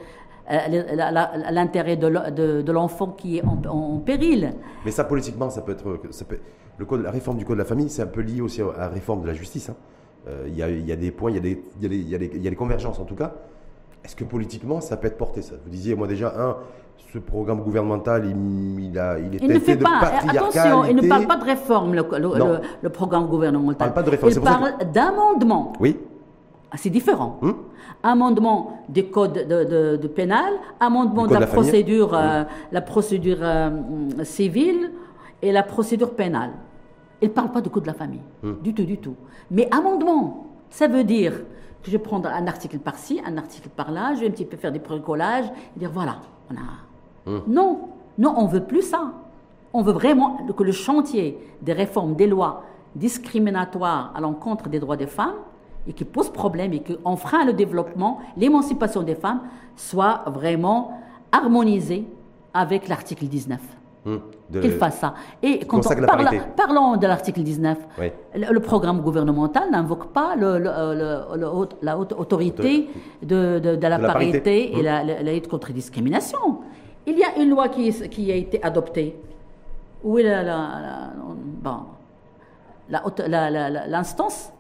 euh, l'intérêt de, de, de l'enfant qui est en, en péril. Mais ça, politiquement, ça peut être... Ça peut, le code, la réforme du code de la famille, c'est un peu lié aussi à la réforme de la justice. Hein. Euh, il, y a, il y a des points, il y a des, il y a des, il y a des, il y a des convergences en tout cas. Est-ce que politiquement, ça peut être porté, ça? Vous disiez, moi déjà, un, ce programme gouvernemental, il, il, a, il est il ne fait de pas, patriarcalité. Attention, il ne parle pas de réforme, le, le, le, le programme gouvernemental. Il parle pas de réforme. Il parle que... d'amendement. Oui. C'est différent. Hum? Amendement du code de, de, de pénal, amendement de la, de la procédure, euh, la procédure euh, civile et la procédure pénale. Il ne parle pas du code de la famille, hum. du tout, du tout. Mais amendement, ça veut dire que je vais prendre un article par-ci, un article par-là, je vais un petit peu faire des bricolages, et dire voilà, on a... Hum. Non, non, on ne veut plus ça. On veut vraiment que le chantier des réformes des lois discriminatoires à l'encontre des droits des femmes et qui posent problème et qui enfreint le développement, l'émancipation des femmes, soit vraiment harmonisé avec l'article dix-neuf. Hum, de... Qu'il fasse ça. Et quand on parle, parlons de l'article dix-neuf, oui. le, le programme gouvernemental n'invoque pas le, le, le, le, la haute autorité de, de, de la de parité, la parité et hum. la, la, la lutte contre la discrimination. Il y a une loi qui, qui a été adoptée où la, la, la, bon, l'instance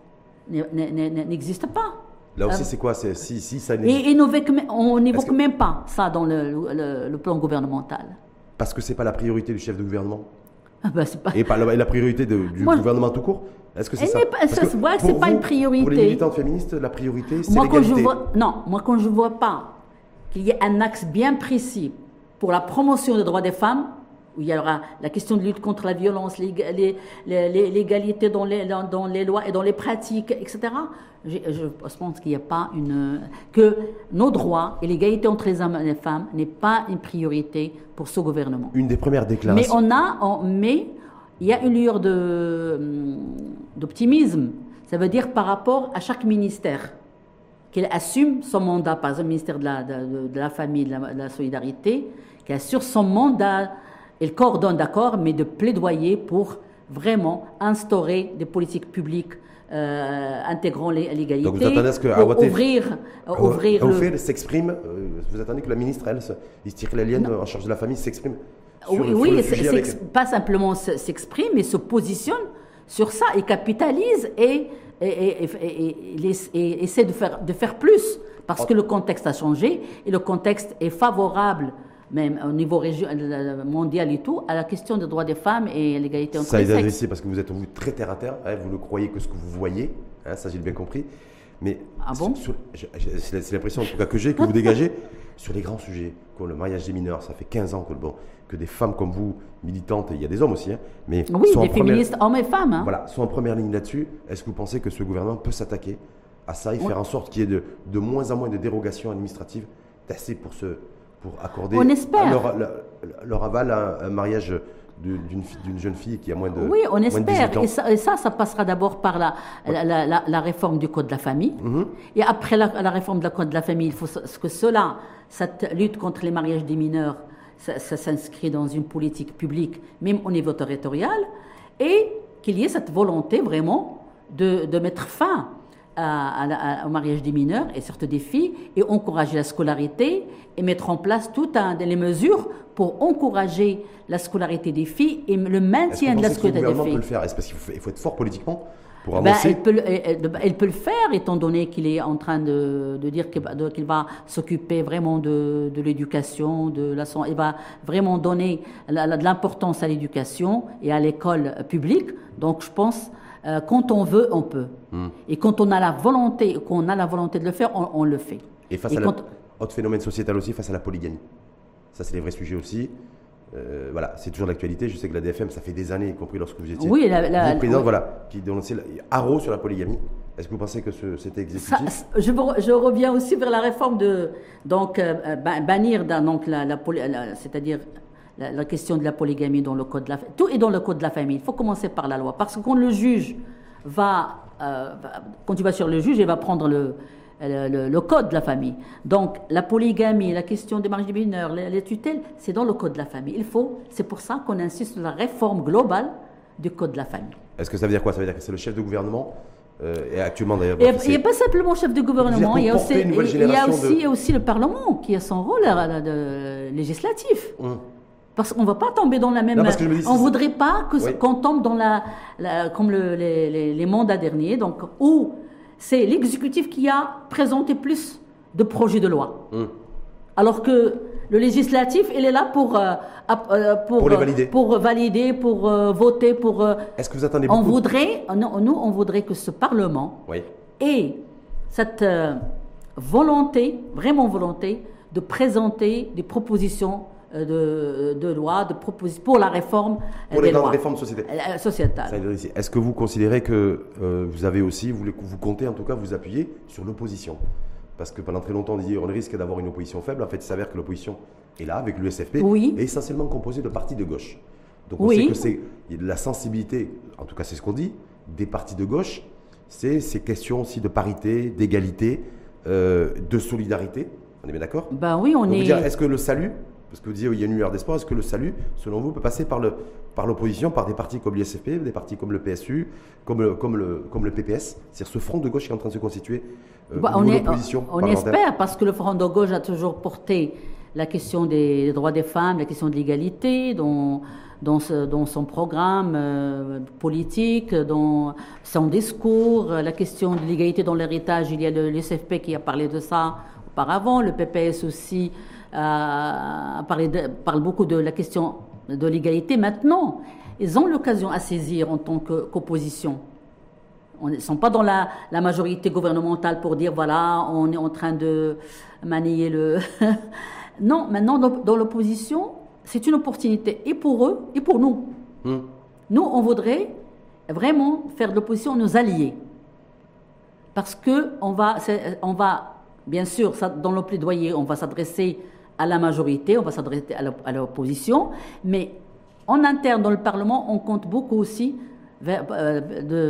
n'existe pas. Là aussi, euh, c'est quoi c'est, si, si ça Et, et on n'évoque que... même pas ça dans le, le, le plan gouvernemental. Parce que ce n'est pas la priorité du chef de gouvernement ah ben c'est pas... Et pas la, la priorité de, du Moi, gouvernement tout court. Est-ce que c'est ça pas, Ça se voit que ce n'est pas une priorité. Pour les militantes féministes, la priorité, c'est moi, l'égalité. Quand je vois, non, moi, quand je ne vois pas qu'il y ait un axe bien précis pour la promotion des droits des femmes, où il y aura la question de lutte contre la violence, l'égalité dans les, dans les lois et dans les pratiques, et cetera. Je, je pense qu'il n'y a pas une... que nos droits et l'égalité entre les hommes et les femmes n'est pas une priorité pour ce gouvernement. Une des premières déclarations. Mais on a... On, mais il y a une lueur de, d'optimisme. Ça veut dire par rapport à chaque ministère, qu'il assume son mandat, par exemple le ministère de la, de, de la Famille, de la, de la Solidarité, qui assure son mandat... Il coordonne, d'accord, mais de plaidoyer pour vraiment instaurer des politiques publiques euh, intégrant l'égalité. Donc vous attendez à ce que pour ouvrir, euh, ouvrir le... s'exprime. Euh, vous attendez que la ministre, elle, Istirlelienne, en charge de la famille, s'exprime. Sur, oui, sur oui le sujet avec... pas simplement s'exprime, mais se positionne sur ça et capitalise et, et, et, et, et, et essaie de faire, de faire plus parce que le contexte a changé et le contexte est favorable, même au niveau région, mondial et tout, à la question des droits des femmes et l'égalité entre les sexes. Ça, parce que vous êtes vous très terre à terre, hein, vous ne croyez que ce que vous voyez, hein, ça j'ai bien compris. Mais ah bon c'est l'impression en tout cas que j'ai, que vous dégagez sur les grands sujets, comme le mariage des mineurs. Ça fait quinze ans que, bon, que des femmes comme vous, militantes, et il y a des hommes aussi, hein, mais oui, des féministes, première, hommes et femmes. Hein. Voilà, sont en première ligne là-dessus. Est-ce que vous pensez que ce gouvernement peut s'attaquer à ça et oui. faire en sorte qu'il y ait de, de moins en moins de dérogations administratives, d'assez pour se... pour accorder on espère. Leur, leur, leur aval à un mariage d'une, d'une jeune fille qui a moins de Oui, on moins espère. De et, ça, et ça, ça passera d'abord par la, la, la, la, la réforme du Code de la famille. Mm-hmm. Et après la, la réforme du Code de la famille, il faut que cela, cette lutte contre les mariages des mineurs, ça, ça s'inscrit dans une politique publique, même au niveau territorial, et qu'il y ait cette volonté vraiment de, de mettre fin À, à, au mariage des mineurs et surtout des filles et encourager la scolarité et mettre en place toutes les mesures pour encourager la scolarité des filles et le maintien de la scolarité des filles. Est-ce que le gouvernement peut le faire? Est-ce parce qu'il faut, il faut être fort politiquement pour ben, avancer? elle, peut, elle, elle peut le faire étant donné qu'il est en train de, de dire qu'il, de, qu'il va s'occuper vraiment de, de l'éducation, de la santé. Il va vraiment donner la, la, de l'importance à l'éducation et à l'école publique. Donc je pense... Euh, quand on veut, on peut. Hum. Et quand on a la volonté, qu'on a la volonté de le faire, on, on le fait. Et face et à quand... la... Autre phénomène sociétal aussi face à la polygamie. Ça, c'est les vrais sujets aussi. Euh, voilà, c'est toujours l'actualité. Je sais que la D F M, ça fait des années, y compris lorsque vous étiez oui, la, la, vous, président, oui. voilà, qui dénonçait haro sur la polygamie. Est-ce que vous pensez que ce, c'était exécutif? Ça, je, je reviens aussi vers la réforme de donc euh, bannir donc la, la, la c'est-à-dire la, la question de la polygamie dans le code de la tout est dans le code de la famille. Il faut commencer par la loi parce que quand le juge va, euh, quand tu vas sur le juge, il va prendre le Le, le, le code de la famille. Donc, la polygamie, la question des mariages des mineurs, les, les tutelles, c'est dans le code de la famille. Il faut, c'est pour ça qu'on insiste sur la réforme globale du code de la famille. Est-ce que ça veut dire quoi? Ça veut dire que c'est le chef de gouvernement euh, et actuellement d'ailleurs. Il n'y a pas simplement le chef de gouvernement, il y a aussi, il y a aussi, de... il y a aussi le Parlement qui a son rôle là, de, législatif. Hum. Parce qu'on ne va pas tomber dans la même... Non, dis, on ne voudrait pas que, oui. qu'on tombe dans la, la comme le, les, les, les mandats derniers, donc où c'est l'exécutif qui a présenté plus de projets de loi. Hum. Alors que le législatif, il est là pour, euh, pour, pour les valider, pour, valider, pour euh, voter, pour... Euh, Est-ce que vous attendez beaucoup on voudrait, non, nous, on voudrait que ce Parlement oui. ait cette euh, volonté, vraiment volonté, de présenter des propositions de, de loi, de propositions pour la réforme pour des les lois. réformes sociétales. Euh, sociétales. Est-ce que vous considérez que euh, vous avez aussi, vous, vous comptez en tout cas vous appuyer sur l'opposition? Parce que pendant très longtemps, on disait on risque d'avoir une opposition faible. En fait, il s'avère que l'opposition est là, avec l'U S F P, oui. est essentiellement composée de partis de gauche. Donc on oui. sait que c'est la sensibilité, en tout cas c'est ce qu'on dit, des partis de gauche, c'est ces questions aussi de parité, d'égalité, euh, de solidarité. On est bien d'accord? Ben oui, on Donc, est... Est-ce que le salut, parce que vous disiez il y a une lueur d'espoir, est-ce que le salut, selon vous, peut passer par le, par l'opposition, par des partis comme l'U S F P, des partis comme le P S U, comme le, comme le, comme le P P S, c'est-à-dire ce front de gauche qui est en train de se constituer euh, bah, au on niveau est, de l'opposition On, on espère, parce que le front de gauche a toujours porté la question des droits des femmes, la question de l'égalité, dans, dans, ce, dans son programme euh, politique, dans son discours, la question de l'égalité dans l'héritage. Il y a l'U S F P qui a parlé de ça auparavant, le P P S aussi euh, parlé de, parle beaucoup de la question de l'égalité. Maintenant, ils ont l'occasion à saisir en tant que, qu'opposition. On ne sont pas dans la, la majorité gouvernementale pour dire voilà, on est en train de manier le... Non, maintenant, dans l'opposition, c'est une opportunité et pour eux et pour nous. Mmh. Nous, on voudrait vraiment faire de l'opposition nos alliés. Parce qu'on va, on va, bien sûr, ça, dans le plaidoyer, on va s'adresser à la majorité, on va s'adresser à l'opposition, mais en interne, dans le Parlement, on compte beaucoup aussi vers, euh,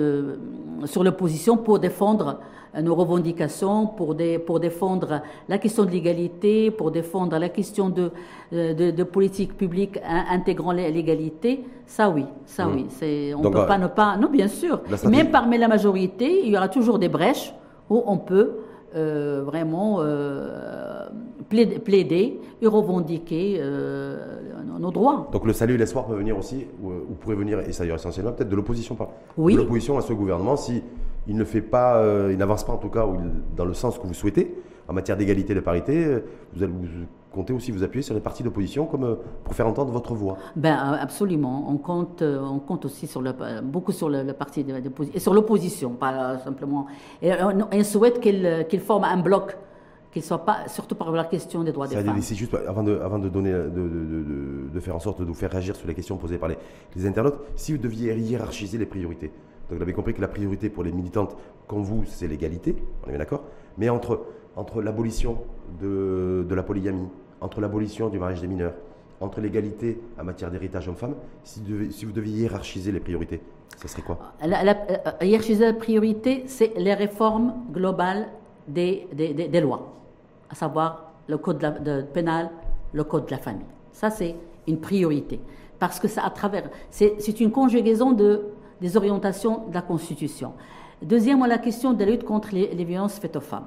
de, sur l'opposition pour défendre nos revendications, pour, des, pour défendre la question de l'égalité, pour défendre la question de, de, de politique publique intégrant l'égalité. Ça oui, ça mmh. oui. C'est, on ne peut euh, pas ne pas... Non, bien sûr. Même parmi la majorité, il y aura toujours des brèches où on peut euh, vraiment euh, plaider, plaider et revendiquer euh, nos droits. Donc le salut et l'espoir peuvent venir aussi, ou, ou pourraient venir, et ça y est essentiellement, peut-être de l'opposition. Oui. De l'opposition à ce gouvernement, si... il ne fait pas, euh, il n'avance pas en tout cas il, dans le sens que vous souhaitez en matière d'égalité et de parité. Euh, vous allez vous comptez aussi vous appuyer sur les partis d'opposition comme euh, pour faire entendre votre voix. Ben absolument, on compte, euh, on compte aussi sur le, beaucoup sur le, le parti d'opposition et sur l'opposition, pas simplement. Et on, on souhaite qu'il, qu'il forme un bloc, qu'il soit pas, surtout par la question des droits des femmes. C'est juste avant de, avant de donner, de, de, de, de faire en sorte de vous faire réagir sur les questions posées par les, les internautes, si vous deviez hiérarchiser les priorités. Donc vous avez compris que la priorité pour les militantes comme vous, c'est l'égalité, on est bien d'accord. Mais entre, entre l'abolition de, de la polygamie, entre l'abolition du mariage des mineurs, entre l'égalité en matière d'héritage homme-femme, si, si vous deviez hiérarchiser les priorités, ce serait quoi? la, la, la, Hiérarchiser la priorité, c'est les réformes globales des, des, des, des lois, à savoir le code de la, de pénal, le code de la famille. Ça, c'est une priorité. Parce que ça, à travers, c'est, c'est une conjugaison de des orientations de la Constitution. Deuxièmement, la question de la lutte contre les, les violences faites aux femmes.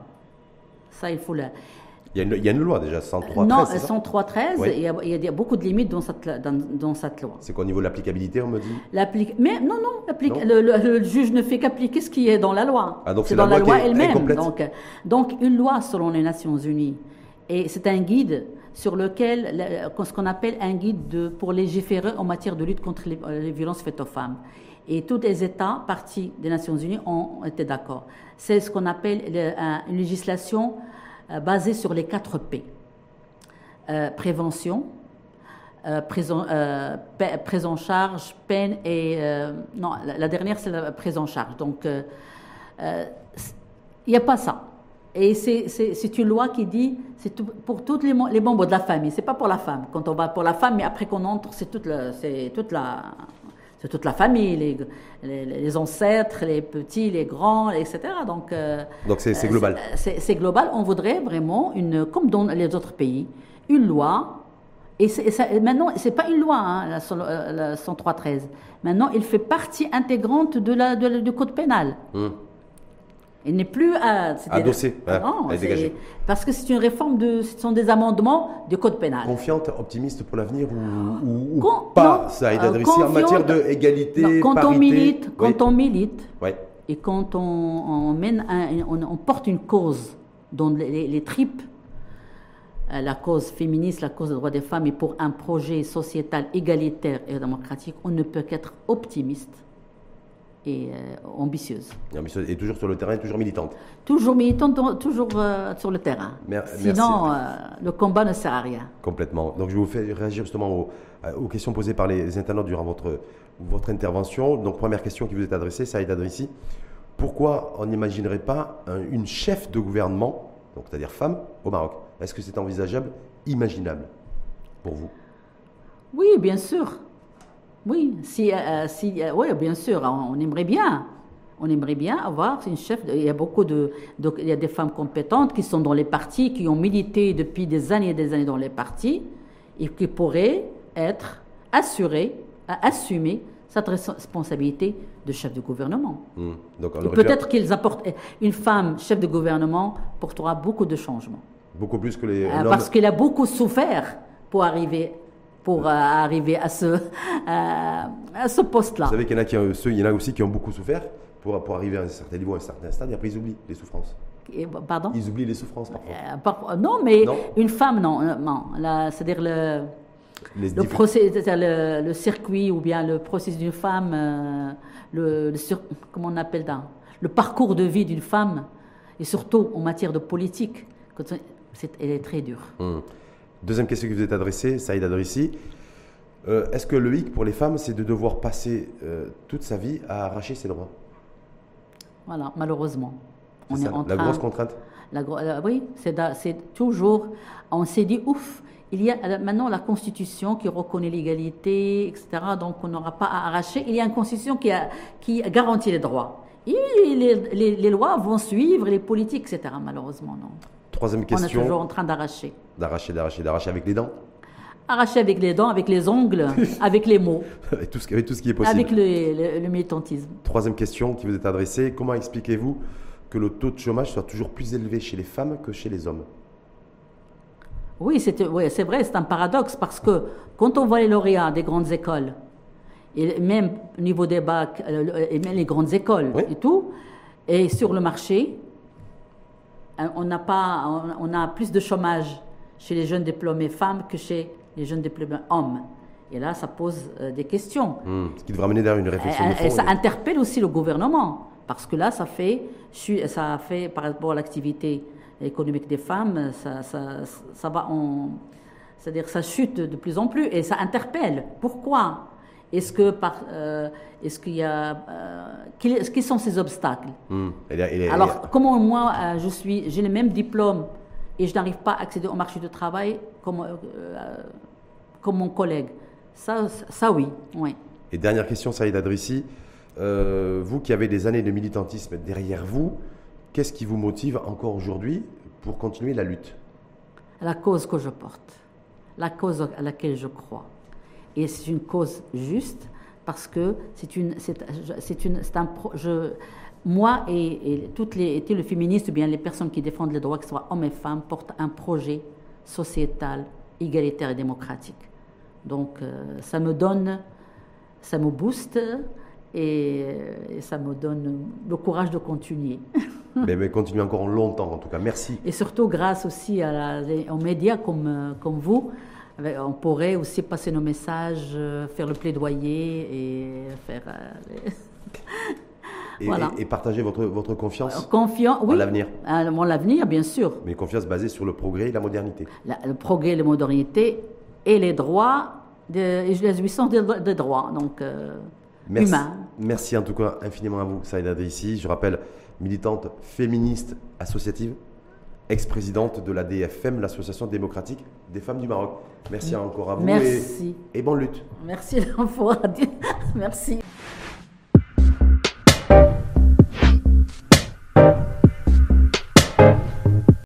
Ça, il faut la... Il y a une, il y a une loi déjà, cent trois treize. Non, cent trois treize, oui. il, y a, il y a beaucoup de limites dans cette, dans, dans cette loi. C'est quoi au niveau de l'applicabilité, on me dit? L'applique... Mais non, non, non. Le, le, le juge ne fait qu'appliquer ce qui est dans la loi. Ah, donc c'est, c'est dans la loi, loi elle-même. Donc, donc, une loi selon les Nations Unies, et c'est un guide sur lequel, ce qu'on appelle un guide de, pour légiférer en matière de lutte contre les, les violences faites aux femmes. Et tous les États partis des Nations Unies ont été d'accord. C'est ce qu'on appelle le, un, une législation euh, basée sur les quatre P. Euh, prévention, euh, prise, en, euh, pa- prise en charge, peine et... Euh, non, la, la dernière, c'est la prise en charge. Donc, il euh, n'y euh, a pas ça. Et c'est, c'est, c'est une loi qui dit, c'est tout, pour tous les, les membres de la famille, c'est pas pour la femme. Quand on va pour la femme, mais après qu'on entre, c'est toute la, c'est toute la, c'est toute la famille, les, les, les ancêtres, les petits, les grands, et cetera. Donc, euh, Donc c'est, c'est global. C'est, c'est global. On voudrait vraiment, une, comme dans les autres pays, une loi. Et, c'est, et, ça, et maintenant, c'est pas une loi, hein, la, la cent trois treize. Maintenant, il fait partie intégrante de la, de, du code pénal. Hum. Il n'est plus à, adossé, ouais, non, parce que c'est une réforme de, ce sont des amendements du code pénal. Confiante, optimiste pour l'avenir ou, ou, ou Con, pas, non, Saïd Adrissi, en matière d'égalité, quand parité. On milite, oui. Quand on milite, ouais. et quand on, on, mène un, on, on porte une cause dans les, les, les tripes, la cause féministe, la cause des droits des femmes, et pour un projet sociétal égalitaire et démocratique, on ne peut qu'être optimiste et euh, ambitieuse. Et toujours sur le terrain, toujours militante. Toujours militante, toujours euh, sur le terrain. Mer- Sinon, euh, le combat ne sert à rien. Complètement. Donc je vous fais réagir justement aux, aux questions posées par les internautes durant votre, votre intervention. Donc première question qui vous est adressée, Saïd Adrissi. Pourquoi on n'imaginerait pas un, une chef de gouvernement, donc c'est-à-dire femme, au Maroc? Est-ce que c'est envisageable, imaginable pour vous? Oui, bien sûr. Oui, si, euh, si, euh, oui, bien sûr, on, on aimerait bien. On aimerait bien avoir une chef. De, il y a beaucoup de, de, il y a des femmes compétentes qui sont dans les partis, qui ont milité depuis des années et des années dans les partis, et qui pourraient être assurées, assumer cette responsabilité de chef de gouvernement. Mmh. Donc, peut-être qu'ils apportent une femme chef de gouvernement portera beaucoup de changements. Beaucoup plus que les. Euh, parce qu'elle a beaucoup souffert pour arriver. pour euh, arriver à ce, euh, à ce poste-là. Vous savez qu'il y en a, qui, ceux, il y en a aussi qui ont beaucoup souffert pour, pour arriver à un certain niveau, à un certain stade, et après ils oublient les souffrances. Et, pardon? Ils oublient les souffrances parfois. Euh, par, non, mais non. Une femme, non. non la, c'est-à-dire le, le, procès, c'est-à-dire le, le circuit ou bien le processus d'une femme, euh, le, le sur, comment on appelle ça, le parcours de vie d'une femme, et surtout en matière de politique, c'est, elle est très dure. Hum. Deuxième question qui vous est adressée, Saïd Adrissi. Euh, est-ce que le hic pour les femmes, c'est de devoir passer euh, toute sa vie à arracher ses droits? Voilà, malheureusement. On est, est en train, la grosse contrainte la, euh, Oui, c'est, c'est toujours... On s'est dit, ouf, il y a maintenant la Constitution qui reconnaît l'égalité, et cetera. Donc, on n'aura pas à arracher. Il y a une Constitution qui, a, qui garantit les droits. Et les, les, les lois vont suivre, les politiques, et cetera. Malheureusement, non. Troisième question. On est toujours en train d'arracher. D'arracher, d'arracher, d'arracher avec les dents? Arracher avec les dents, avec les ongles, avec les mots. avec, tout ce, avec tout ce qui est possible. Avec le, le, le militantisme. Troisième question qui vous est adressée. Comment expliquez-vous que le taux de chômage soit toujours plus élevé chez les femmes que chez les hommes? Oui, c'est, oui, c'est vrai, c'est un paradoxe parce que quand on voit les lauréats des grandes écoles, et même au niveau des bacs, et même les grandes écoles oui. et tout, et sur le marché, on n'a pas, on a plus de chômage chez les jeunes diplômés femmes que chez les jeunes diplômés hommes. Et là, ça pose euh, des questions. Mmh, ce qui devrait amener d'ailleurs une réflexion. Et, de fond, et ça mais... interpelle aussi le gouvernement, parce que là, ça fait, ça fait par rapport à l'activité économique des femmes, ça, ça, ça va en, c'est-à-dire ça chute de plus en plus, et ça interpelle. Pourquoi? Est-ce que par, euh, est-ce qu'il y a, euh, quels, quels sont ces obstacles? mmh, elle est, elle est, Alors, elle est... comment moi, euh, je suis, j'ai le même diplôme et je n'arrive pas à accéder au marché du travail comme, euh, comme mon collègue? Ça, ça oui, oui. Et dernière question, Saïd Adrissi, euh, vous qui avez des années de militantisme derrière vous, qu'est-ce qui vous motive encore aujourd'hui pour continuer la lutte? La cause que je porte, la cause à laquelle je crois. Et c'est une cause juste parce que c'est une, c'est, c'est une, c'est un, je, moi et, et toutes les, et tous les féministes ou bien les personnes qui défendent les droits, que ce soit hommes et femmes, portent un projet sociétal, égalitaire et démocratique. Donc euh, ça me donne, ça me booste et, et ça me donne le courage de continuer. mais, mais continuez encore longtemps en tout cas, merci. Et surtout grâce aussi à la, aux médias comme, comme vous. On pourrait aussi passer nos messages, faire le plaidoyer et faire... Euh, les... et, Voilà. et, et partager votre, votre confiance Confiant, oui. en l'avenir. Euh, Mon l'avenir, bien sûr. Mais une confiance basée sur le progrès et la modernité. La- le progrès, la modernité et les droits, de, et la jouissance des, des droits donc, euh, Merci, humains. merci en tout cas infiniment à vous, Saïda Drissi. Je rappelle, militante féministe associative, ex-présidente de l'A D F M, l'Association démocratique des femmes du Maroc. Merci encore à vous Merci. et, et bonne lutte. Merci, Fouad. Merci.